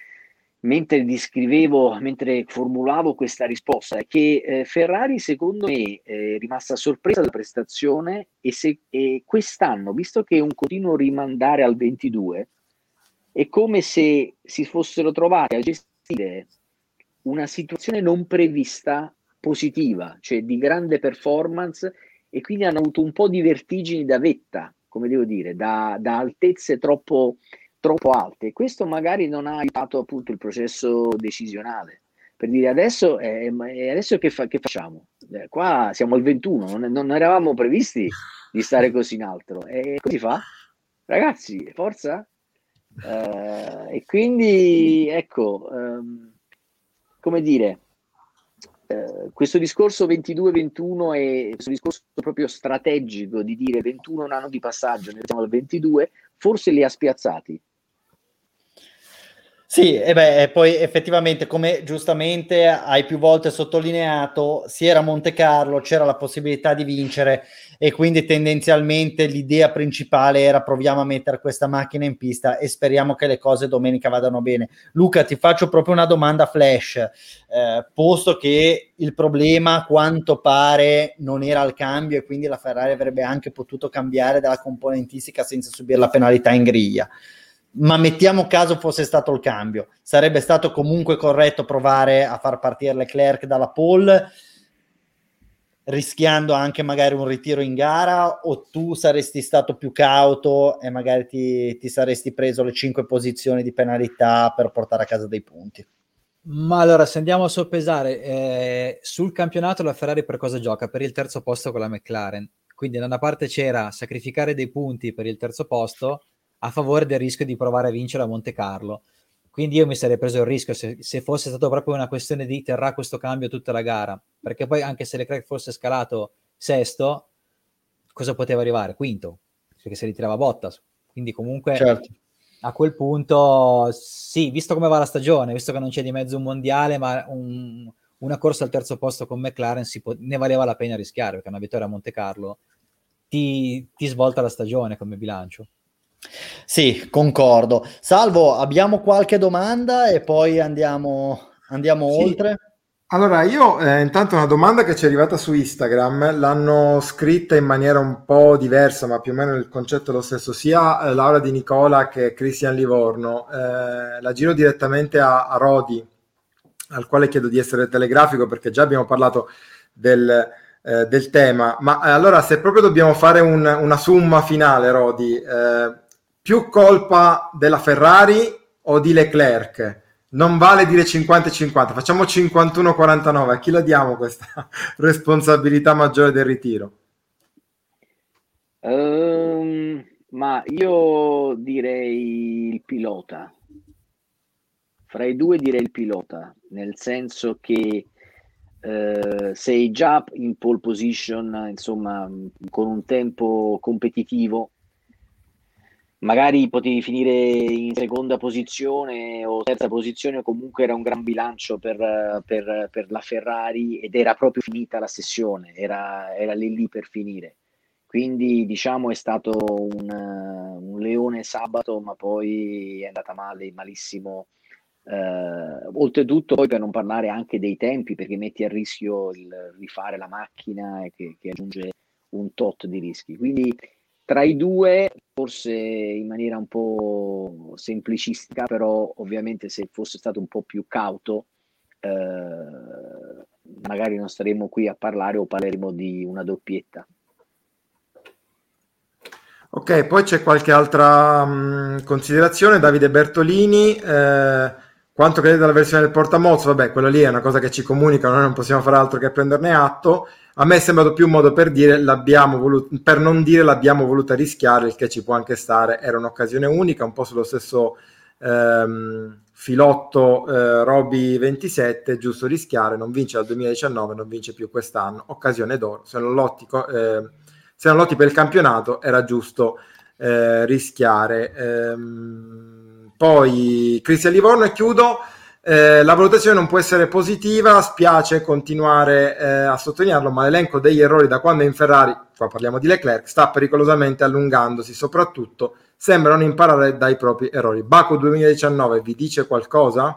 mentre formulavo questa risposta, è che Ferrari secondo me è rimasta sorpresa dalla prestazione, e quest'anno, visto che è un continuo rimandare al 22, è come se si fossero trovati a gestire una situazione non prevista positiva, cioè di grande performance, e quindi hanno avuto un po' di vertigini da vetta, come devo dire, da altezze troppo alte. Questo magari non ha aiutato appunto il processo decisionale, per dire adesso che facciamo? Qua siamo al 21, non eravamo previsti di stare così in alto, e così fa? Ragazzi, forza! E quindi ecco, come dire, questo discorso 22-21 è questo discorso proprio strategico di dire 21 è un anno di passaggio, ne siamo al 22, forse li ha spiazzati. Sì, e poi effettivamente, come giustamente hai più volte sottolineato, si era a Monte Carlo, c'era la possibilità di vincere e quindi tendenzialmente l'idea principale era proviamo a mettere questa macchina in pista e speriamo che le cose domenica vadano bene. Luca, ti faccio proprio una domanda flash, posto che il problema a quanto pare non era al cambio e quindi la Ferrari avrebbe anche potuto cambiare dalla componentistica senza subire la penalità in griglia. Ma mettiamo caso fosse stato il cambio, sarebbe stato comunque corretto provare a far partire Leclerc dalla pole, rischiando anche magari un ritiro in gara, o tu saresti stato più cauto e magari ti saresti preso le 5 posizioni di penalità per portare a casa dei punti? Ma allora, se andiamo a soppesare, sul campionato la Ferrari per cosa gioca? Per il terzo posto con la McLaren. Quindi da una parte c'era sacrificare dei punti per il terzo posto a favore del rischio di provare a vincere a Monte Carlo. Quindi io mi sarei preso il rischio se fosse stato proprio una questione di terrà questo cambio tutta la gara, perché poi anche se Leclerc fosse scalato sesto, cosa poteva arrivare? Quinto, perché si ritirava Bottas. Quindi comunque Certo. a quel punto sì, visto come va la stagione, visto che non c'è di mezzo un mondiale, ma una corsa al terzo posto con McLaren ne valeva la pena rischiare, perché una vittoria a Monte Carlo ti svolta la stagione come bilancio. Sì, concordo. Salvo, abbiamo qualche domanda e poi andiamo Sì. oltre? Allora, io intanto una domanda che ci è arrivata su Instagram, l'hanno scritta in maniera un po' diversa, ma più o meno il concetto è lo stesso, sia Laura Di Nicola che Cristian Livorno. La giro direttamente a Rodi, al quale chiedo di essere telegrafico perché già abbiamo parlato del tema. Ma allora, se proprio dobbiamo fare una somma finale, Rodi, più colpa della Ferrari o di Leclerc? Non vale dire 50-50, facciamo 51-49. A chi la diamo questa responsabilità maggiore del ritiro? Ma io direi il pilota. Fra i due direi il pilota, nel senso che sei già in pole position, insomma, con un tempo competitivo. Magari potevi finire in seconda posizione o terza posizione, o comunque era un gran bilancio per la Ferrari ed era proprio finita la sessione, era lì per finire. Quindi diciamo è stato un leone sabato, ma poi è andata malissimo. Oltretutto poi, per non parlare anche dei tempi, perché metti a rischio il rifare la macchina che aggiunge un tot di rischi. Quindi tra i due, forse in maniera un po' semplicistica, però ovviamente se fosse stato un po' più cauto, magari non staremo qui a parlare o parleremo di una doppietta. Ok, poi c'è qualche altra considerazione. Davide Bertolini, quanto credete alla versione del portamozzo? Vabbè, quello lì è una cosa che ci comunicano, noi non possiamo fare altro che prenderne atto. A me è sembrato più un modo per dire per non dire l'abbiamo voluta rischiare, il che ci può anche stare. Era un'occasione unica, un po' sullo stesso filotto Roby 27, giusto rischiare, non vince dal 2019, non vince più quest'anno, occasione d'oro. Se non lotti per il campionato era giusto rischiare. Poi Cristian Livorno, e chiudo. La valutazione non può essere positiva, spiace continuare a sottolinearlo, ma l'elenco degli errori da quando è in Ferrari, qua parliamo di Leclerc, sta pericolosamente allungandosi, soprattutto sembra non imparare dai propri errori. Baku 2019 vi dice qualcosa?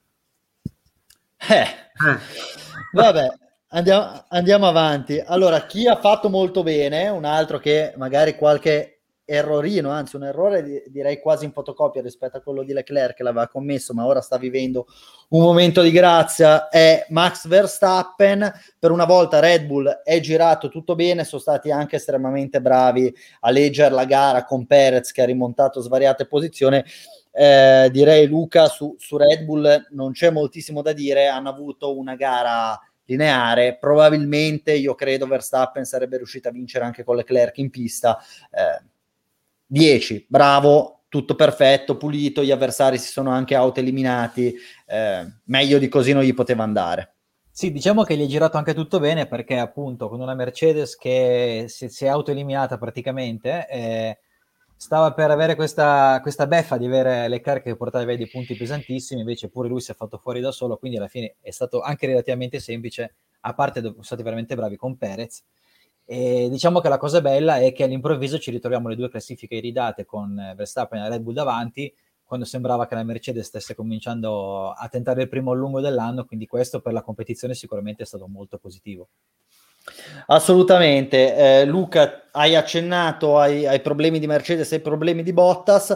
Vabbè, andiamo avanti. Allora, chi ha fatto molto bene, un altro che magari qualche errorino, anzi un errore direi quasi in fotocopia rispetto a quello di Leclerc che l'aveva commesso, ma ora sta vivendo un momento di grazia, è Max Verstappen. Per una volta Red Bull è girato tutto bene, sono stati anche estremamente bravi a leggere la gara con Perez che ha rimontato svariate posizioni. Direi, Luca, su Red Bull non c'è moltissimo da dire, hanno avuto una gara lineare, probabilmente io credo Verstappen sarebbe riuscito a vincere anche con Leclerc in pista. 10, bravo, tutto perfetto, pulito, gli avversari si sono anche auto-eliminati, meglio di così non gli poteva andare. Sì, diciamo che gli è girato anche tutto bene, perché appunto con una Mercedes che si è auto-eliminata praticamente, stava per avere questa beffa di avere Leclerc che portava via dei punti pesantissimi, invece pure lui si è fatto fuori da solo, quindi alla fine è stato anche relativamente semplice, a parte sono stati veramente bravi con Perez. E diciamo che la cosa bella è che all'improvviso ci ritroviamo le due classifiche iridate con Verstappen e Red Bull davanti, quando sembrava che la Mercedes stesse cominciando a tentare il primo allungo dell'anno, quindi questo per la competizione sicuramente è stato molto positivo. Assolutamente. Luca, hai accennato ai problemi di Mercedes e ai problemi di Bottas.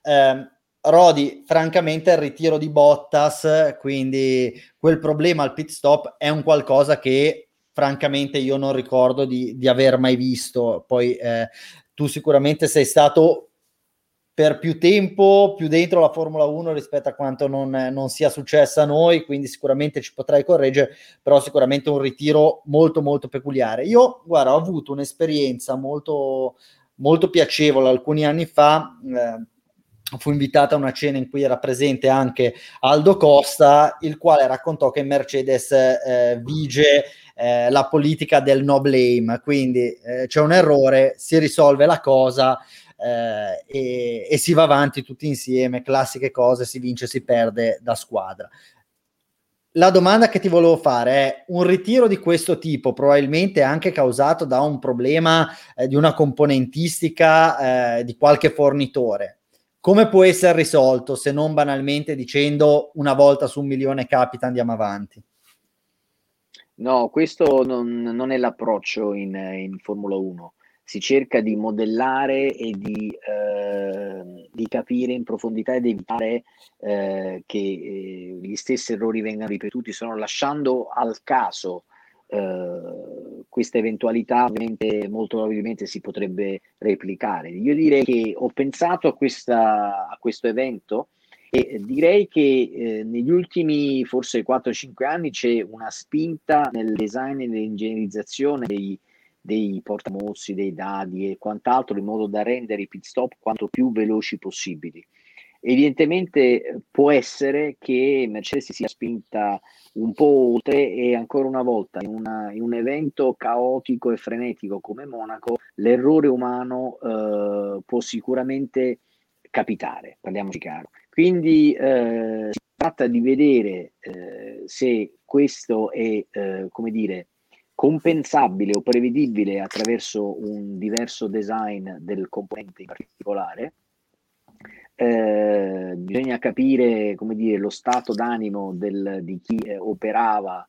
Rodi, francamente il ritiro di Bottas, quindi quel problema al pit stop, è un qualcosa che francamente io non ricordo di aver mai visto. Poi tu sicuramente sei stato per più tempo più dentro la Formula 1 rispetto a quanto non sia successo a noi, quindi sicuramente ci potrai correggere, però sicuramente un ritiro molto molto peculiare. Io, guarda, ho avuto un'esperienza molto, molto piacevole alcuni anni fa. Fu invitata a una cena in cui era presente anche Aldo Costa, il quale raccontò che in Mercedes vige la politica del no blame, quindi c'è un errore, si risolve la cosa e si va avanti tutti insieme, classiche cose, si vince, si perde da squadra. La domanda che ti volevo fare è: un ritiro di questo tipo, probabilmente anche causato da un problema di una componentistica di qualche fornitore, come può essere risolto se non banalmente dicendo una volta su 1 milione capita, andiamo avanti? No, questo non è l'approccio in Formula 1. Si cerca di modellare e di capire in profondità ed evitare che gli stessi errori vengano ripetuti, se no lasciando al caso questa eventualità, ovviamente molto probabilmente si potrebbe replicare. Io direi che ho pensato a questo evento e direi che negli ultimi forse 4-5 anni c'è una spinta nel design e nell'ingegnerizzazione dei portamozzi, dei dadi e quant'altro, in modo da rendere i pit stop quanto più veloci possibili. Evidentemente può essere che Mercedes si sia spinta un po' oltre e ancora una volta in un evento caotico e frenetico come Monaco l'errore umano può sicuramente capitare, parliamoci chiaro. Quindi si tratta di vedere se questo è come dire compensabile o prevedibile attraverso un diverso design del componente in particolare. Bisogna capire, come dire, lo stato d'animo di chi operava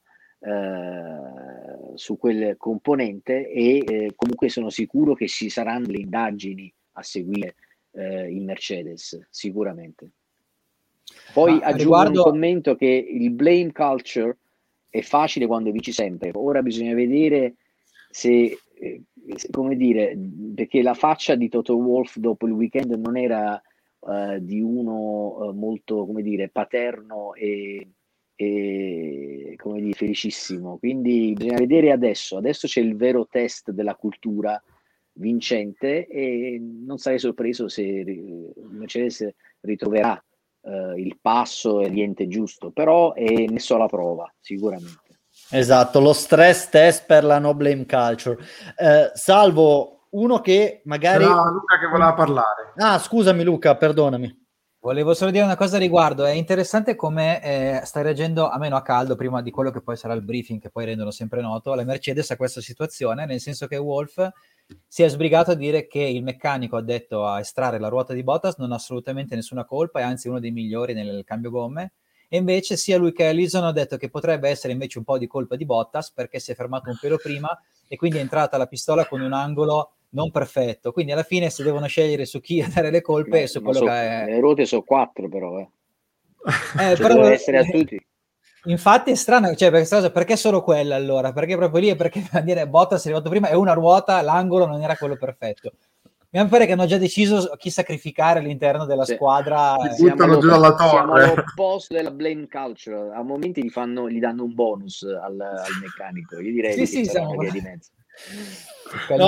su quel componente e comunque sono sicuro che ci saranno le indagini a seguire in Mercedes, sicuramente. Poi aggiungo un commento che il blame culture è facile quando vinci sempre. Ora bisogna vedere se come dire, perché la faccia di Toto Wolff dopo il weekend non era di uno molto, come dire, paterno e come dire, felicissimo. Quindi bisogna vedere adesso c'è il vero test della cultura vincente e non sarei sorpreso se Mercedes ritroverà il passo e niente giusto, però è messo alla prova sicuramente. Esatto, lo stress test per la no blame culture. Salvo, uno che magari... C'era Luca che voleva parlare. Ah, scusami Luca, perdonami. Volevo solo dire una cosa a riguardo, è interessante come sta reagendo, a meno a caldo, prima di quello che poi sarà il briefing, che poi rendono sempre noto, la Mercedes a questa situazione, nel senso che Wolff si è sbrigato a dire che il meccanico addetto a estrarre la ruota di Bottas non ha assolutamente nessuna colpa, è anzi uno dei migliori nel cambio gomme, e invece sia lui che Ellison hanno detto che potrebbe essere invece un po' di colpa di Bottas perché si è fermato un pelo prima e quindi è entrata la pistola con un angolo non perfetto, quindi alla fine si devono scegliere su chi dare le colpe e su quello che è... Le ruote sono 4 però cioè, però deve essere a tutti. Infatti è strano, cioè, perché solo quella allora? Perché proprio lì? Perché dire Bottas è arrivato prima e una ruota, l'angolo non era quello perfetto. Mi pare che hanno già deciso chi sacrificare all'interno della squadra. Siamo all'opposto della blame culture. A momenti gli danno un bonus al meccanico. Io direi che c'è una via di mezzo. No,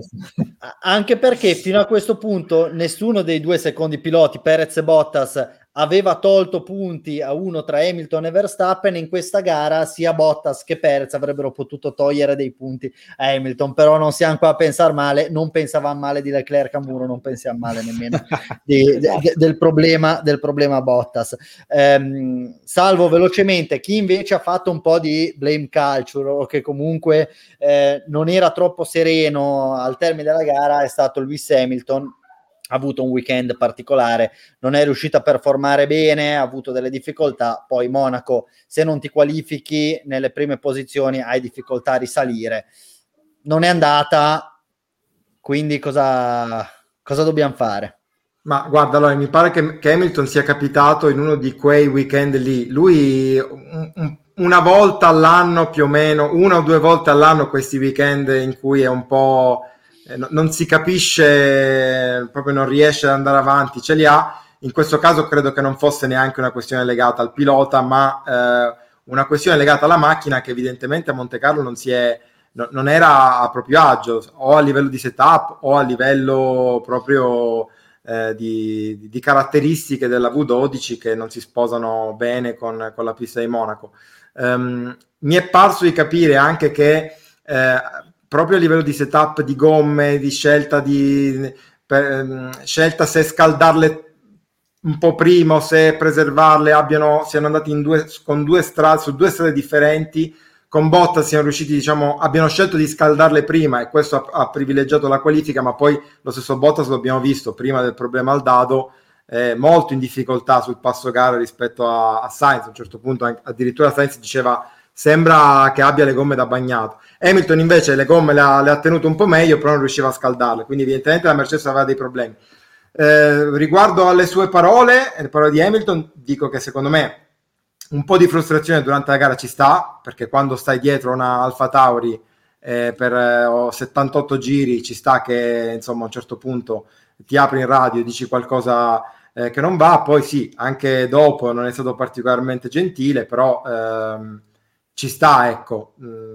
anche perché fino a questo punto nessuno dei due secondi piloti, Perez e Bottas, aveva tolto punti a uno tra Hamilton e Verstappen. In questa gara sia Bottas che Perez avrebbero potuto togliere dei punti a Hamilton, però non siamo qua a pensare male, non pensavamo male di Leclerc a muro, non pensiamo male nemmeno del problema Bottas. Salvo velocemente chi invece ha fatto un po' di blame culture, o che comunque non era troppo sereno al termine della gara, è stato Lewis Hamilton. Ha avuto un weekend particolare, non è riuscito a performare bene, ha avuto delle difficoltà. Poi Monaco, se non ti qualifichi nelle prime posizioni, hai difficoltà a risalire. Non è andata, quindi cosa dobbiamo fare? Ma guarda, allora mi pare che Hamilton sia capitato in uno di quei weekend lì. Lui una volta all'anno più o meno, 1 o 2 volte all'anno, questi weekend in cui è un po'... non si capisce, proprio non riesce ad andare avanti, ce li ha. In questo caso credo che non fosse neanche una questione legata al pilota, ma una questione legata alla macchina, che evidentemente a Monte Carlo non era a proprio agio, o a livello di setup o a livello proprio di caratteristiche della V12, che non si sposano bene con la pista di Monaco. Mi è parso di capire anche che proprio a livello di setup di gomme, di scelta scelta se scaldarle un po' prima o se preservarle, siano andati su due strade differenti. Con Bottas siano riusciti, abbiano scelto di scaldarle prima, e questo ha privilegiato la qualifica, ma poi lo stesso Bottas, lo abbiamo visto prima del problema al dado, molto in difficoltà sul passo gara rispetto a Sainz. A un certo punto addirittura Sainz diceva: sembra che abbia le gomme da bagnato. Hamilton invece le gomme le ha tenute un po' meglio, però non riusciva a scaldarle, quindi evidentemente la Mercedes aveva dei problemi. Riguardo alle sue parole, le parole di Hamilton, dico che secondo me un po' di frustrazione durante la gara ci sta, perché quando stai dietro una Alfa Tauri per 78 giri ci sta che insomma a un certo punto ti apri in radio e dici qualcosa che non va. Poi sì, anche dopo non è stato particolarmente gentile, però ci sta, ecco.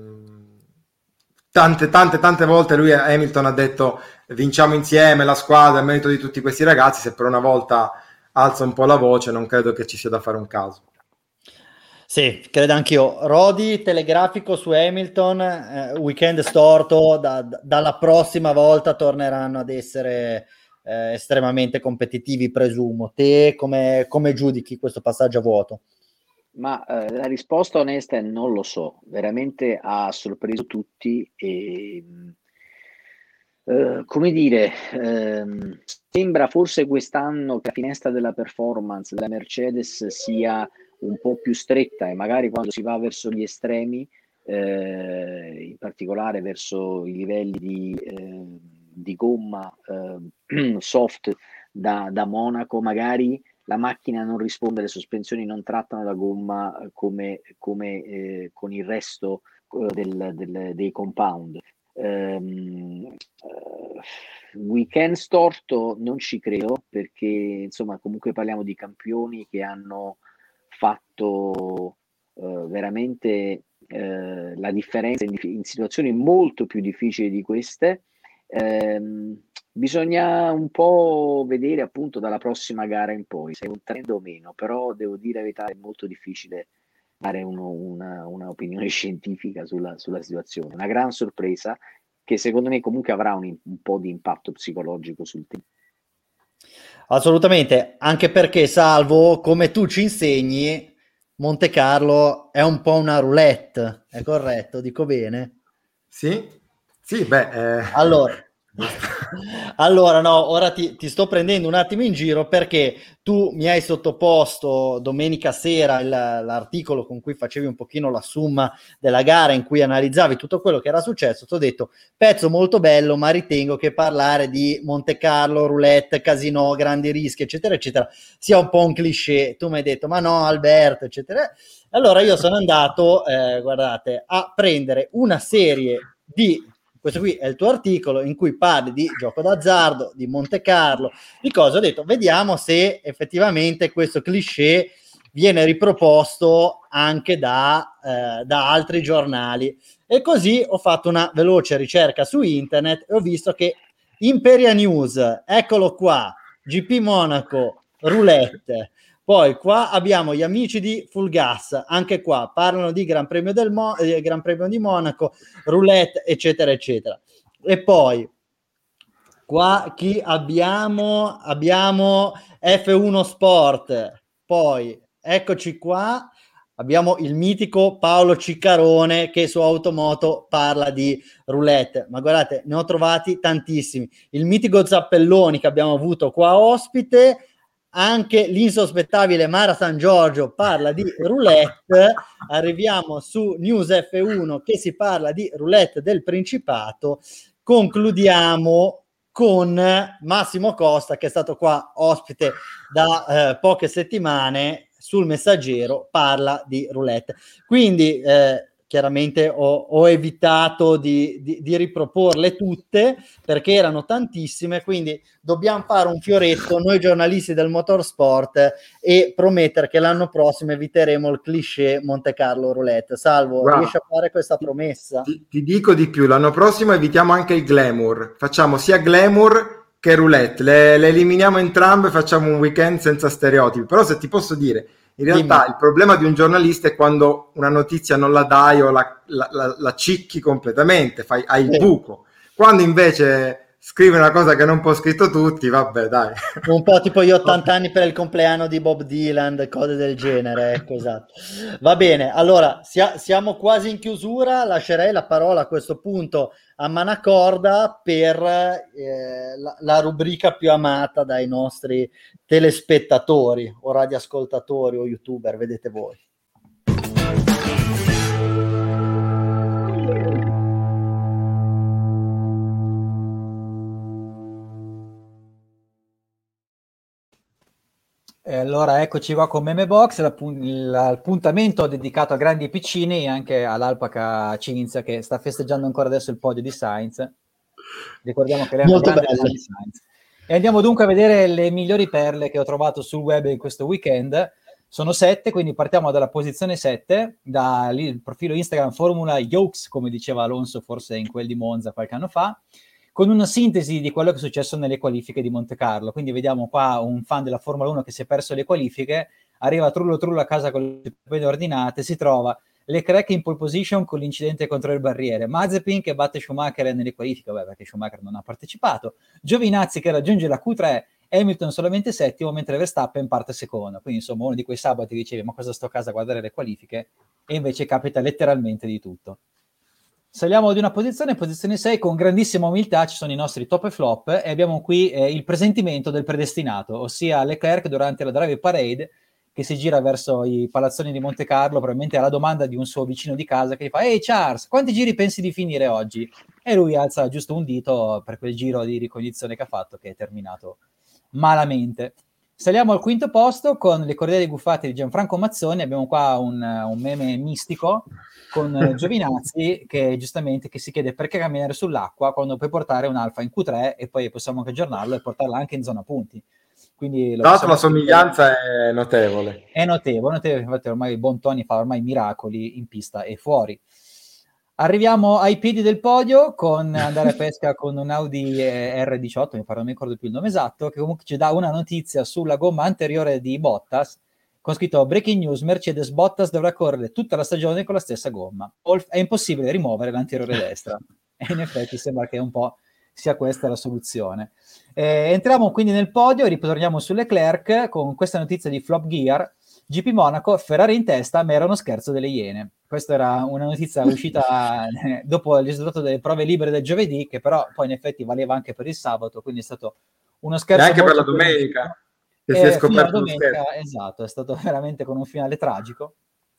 Tante volte lui, Hamilton, ha detto: vinciamo insieme, la squadra, il merito di tutti questi ragazzi. Se per una volta alza un po' la voce, non credo che ci sia da fare un caso. Sì, credo anch'io. Rodi, telegrafico su Hamilton, weekend storto, dalla prossima volta torneranno ad essere estremamente competitivi, presumo. Te come giudichi questo passaggio a vuoto? Ma la risposta onesta è non lo so, veramente ha sorpreso tutti e come dire, sembra forse quest'anno che la finestra della performance della Mercedes sia un po' più stretta, e magari quando si va verso gli estremi, in particolare verso i livelli di gomma soft da Monaco, magari la macchina non risponde, le sospensioni non trattano la gomma come con il resto dei compound. Weekend storto non ci credo, perché insomma comunque parliamo di campioni che hanno fatto veramente la differenza in situazioni molto più difficili di queste. Bisogna un po' vedere appunto dalla prossima gara in poi se è un trend o meno, però devo dire la verità, è molto difficile dare una opinione scientifica sulla situazione. Una gran sorpresa che secondo me comunque avrà un po' di impatto psicologico sul team. Assolutamente, anche perché, Salvo, come tu ci insegni, Monte Carlo è un po' una roulette, è corretto? Dico bene? Sì, Allora no, ora ti sto prendendo un attimo in giro, perché tu mi hai sottoposto domenica sera l'articolo con cui facevi un pochino la somma della gara, in cui analizzavi tutto quello che era successo. Ti ho detto: pezzo molto bello, ma ritengo che parlare di Monte Carlo, roulette, casino, grandi rischi, eccetera eccetera, sia un po' un cliché. Tu mi hai detto: ma no Alberto, eccetera. Allora io sono andato, guardate, a prendere una serie di... Questo qui è il tuo articolo in cui parli di gioco d'azzardo, di Monte Carlo, di cose. Ho detto: vediamo se effettivamente questo cliché viene riproposto anche da altri giornali. E così ho fatto una veloce ricerca su internet e ho visto che Imperia News, eccolo qua, GP Monaco, roulette, Poi qua abbiamo gli amici di Full Gas, anche qua parlano di Gran Premio Gran Premio di Monaco, roulette, eccetera, eccetera. E poi qua chi abbiamo? Abbiamo F1 Sport, poi eccoci qua, abbiamo il mitico Paolo Ciccarone che su Automoto parla di roulette, ma guardate, ne ho trovati tantissimi. Il mitico Zappelloni che abbiamo avuto qua ospite, anche l'insospettabile Mara San Giorgio parla di roulette, arriviamo su News F1 che si parla di roulette del Principato, concludiamo con Massimo Costa che è stato qua ospite da poche settimane sul Messaggero, parla di roulette. Quindi chiaramente ho evitato di riproporle tutte perché erano tantissime, quindi dobbiamo fare un fioretto noi giornalisti del motorsport e promettere che l'anno prossimo eviteremo il cliché Monte Carlo roulette. Salvo, Guarda, riesci a fare questa promessa? Ti dico di più, l'anno prossimo evitiamo anche il glamour, facciamo sia glamour che roulette, le eliminiamo entrambe, facciamo un weekend senza stereotipi. Però se ti posso dire, in realtà Dimmi. il problema di un giornalista è quando una notizia non la dai o la cicchi completamente, hai il buco. Quando invece scrivi una cosa che non può scritto tutti, vabbè, dai. Un po' tipo gli 80 anni per il compleanno di Bob Dylan, cose del genere, ecco, esatto. Va bene, allora siamo quasi in chiusura, lascerei la parola a questo punto a Manacorda per la rubrica più amata dai nostri telespettatori o radioascoltatori o youtuber, vedete voi. E allora eccoci qua con Memebox, l'appuntamento dedicato a grandi e piccini e anche all'alpaca Cinzia che sta festeggiando ancora adesso il podio di Sainz. Ricordiamo che lei è una grande fan di Sainz. E andiamo dunque a vedere le migliori perle che ho trovato sul web in questo weekend. Sono 7, quindi partiamo dalla posizione 7, dal profilo Instagram Formula Yokes, come diceva Alonso forse in quel di Monza qualche anno fa, con una sintesi di quello che è successo nelle qualifiche di Monte Carlo. Quindi vediamo qua un fan della Formula 1 che si è perso le qualifiche, arriva trullo a casa con le pedine ordinate, si trova Leclerc in pole position con l'incidente contro le barriere, Mazepin che batte Schumacher nelle qualifiche, perché Schumacher non ha partecipato, Giovinazzi che raggiunge la Q3, Hamilton solamente settimo, mentre Verstappen parte secondo. Quindi insomma uno di quei sabati dicevi ma cosa sto a casa a guardare le qualifiche, e invece capita letteralmente di tutto. Saliamo di una posizione 6, con grandissima umiltà ci sono i nostri top e flop, e abbiamo qui il presentimento del predestinato, ossia Leclerc durante la drive parade che si gira verso i palazzoni di Monte Carlo, probabilmente alla domanda di un suo vicino di casa che gli fa «Ehi Charles, quanti giri pensi di finire oggi?» E lui alza giusto un dito per quel giro di ricognizione che ha fatto, che è terminato malamente. Saliamo al quinto posto con le corriere guffate di Gianfranco Mazzoni. Abbiamo qua un meme mistico con Giovinazzi che giustamente che si chiede perché camminare sull'acqua quando puoi portare un Alfa in Q3 e poi possiamo anche aggiornarlo e portarla anche in zona punti. Quindi Tra l'altro la somiglianza è notevole. È notevole, infatti ormai Bontoni fa ormai miracoli in pista e fuori. Arriviamo ai piedi del podio con andare a pesca con un Audi R18, mi pare, non mi ricordo più il nome esatto, che comunque ci dà una notizia sulla gomma anteriore di Bottas, con scritto breaking news, Mercedes Bottas dovrà correre tutta la stagione con la stessa gomma. È impossibile rimuovere l'anteriore destra. E in effetti sembra che un po' sia questa la soluzione. Entriamo quindi nel podio e ritorniamo su Leclerc con questa notizia di Flop Gear. GP Monaco, Ferrari in testa, ma era uno scherzo delle Iene. Questa era una notizia uscita dopo il risultato delle prove libere del giovedì, che però poi in effetti valeva anche per il sabato, quindi è stato uno scherzo. E anche per la domenica, che si è scoperto lo scherzo. Esatto, è stato veramente con un finale tragico.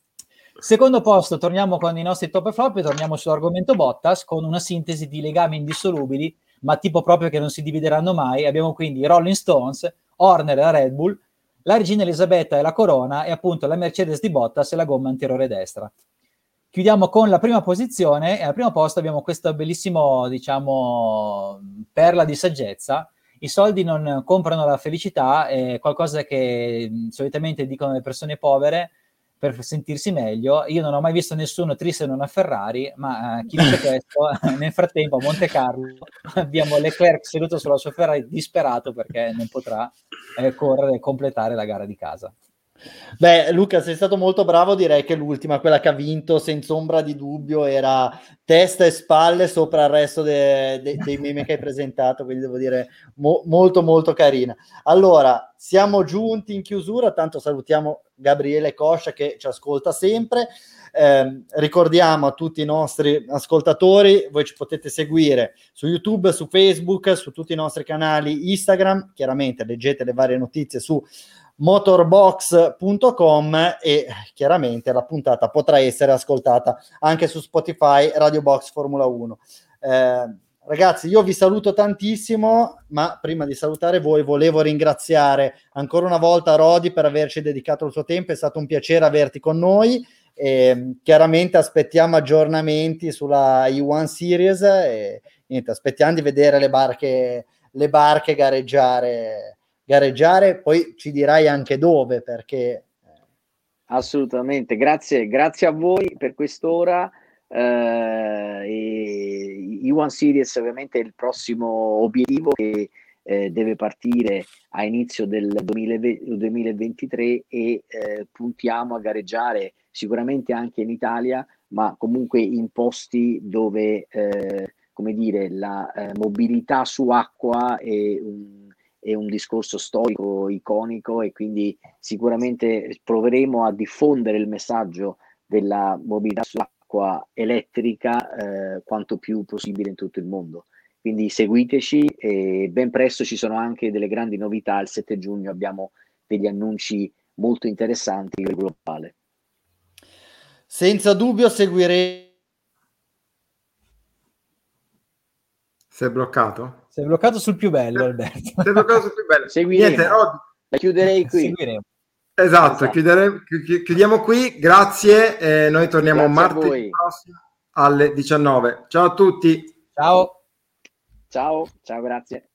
Secondo posto, torniamo con i nostri top e flop e torniamo sull'argomento Bottas con una sintesi di legami indissolubili, ma tipo proprio che non si divideranno mai. Abbiamo quindi i Rolling Stones, Horner e la Red Bull, la regina Elisabetta e la corona e appunto la Mercedes di Bottas e la gomma anteriore destra. Chiudiamo con la prima posizione e al primo posto abbiamo questo bellissimo, diciamo, perla di saggezza. I soldi non comprano la felicità, è qualcosa che solitamente dicono le persone povere per sentirsi meglio. Io non ho mai visto nessuno triste in una Ferrari, ma chi dice questo, nel frattempo a Monte Carlo abbiamo Leclerc seduto sulla sua Ferrari disperato perché non potrà correre e completare la gara di casa. Beh, Luca, sei stato molto bravo, direi che l'ultima, quella che ha vinto senza ombra di dubbio, era testa e spalle sopra il resto dei meme che hai presentato, quindi devo dire molto molto carina. Allora, siamo giunti in chiusura, tanto salutiamo Gabriele Coscia che ci ascolta sempre. Ricordiamo a tutti i nostri ascoltatori, voi ci potete seguire su YouTube, su Facebook, su tutti i nostri canali Instagram, chiaramente leggete le varie notizie su motorbox.com e chiaramente la puntata potrà essere ascoltata anche su Spotify, Radio Box Formula 1. Ragazzi, io vi saluto tantissimo, ma prima di salutare voi volevo ringraziare ancora una volta Rodi per averci dedicato il suo tempo, è stato un piacere averti con noi. Chiaramente aspettiamo aggiornamenti sulla E1 Series e niente, aspettiamo di vedere le barche gareggiare, poi ci dirai anche dove, perché assolutamente, grazie a voi per quest'ora. E1 Series ovviamente è il prossimo obiettivo che deve partire a inizio del 2023 e puntiamo a gareggiare sicuramente anche in Italia, ma comunque in posti dove come dire, la mobilità su acqua è un discorso storico, iconico, e quindi sicuramente proveremo a diffondere il messaggio della mobilità sull'acqua elettrica quanto più possibile in tutto il mondo. Quindi seguiteci e ben presto ci sono anche delle grandi novità. Il 7 giugno abbiamo degli annunci molto interessanti a livello globale. Senza dubbio seguiremo. Sei bloccato? Sei bloccato sul più bello, Alberto. Sei bloccato sul più bello. Seguiremo. Niente, Rodi. La chiuderei qui. Seguiremo. Esatto. Chiudiamo qui. Grazie. Noi torniamo martedì prossimo alle 19. Ciao a tutti. Ciao. Ciao, grazie.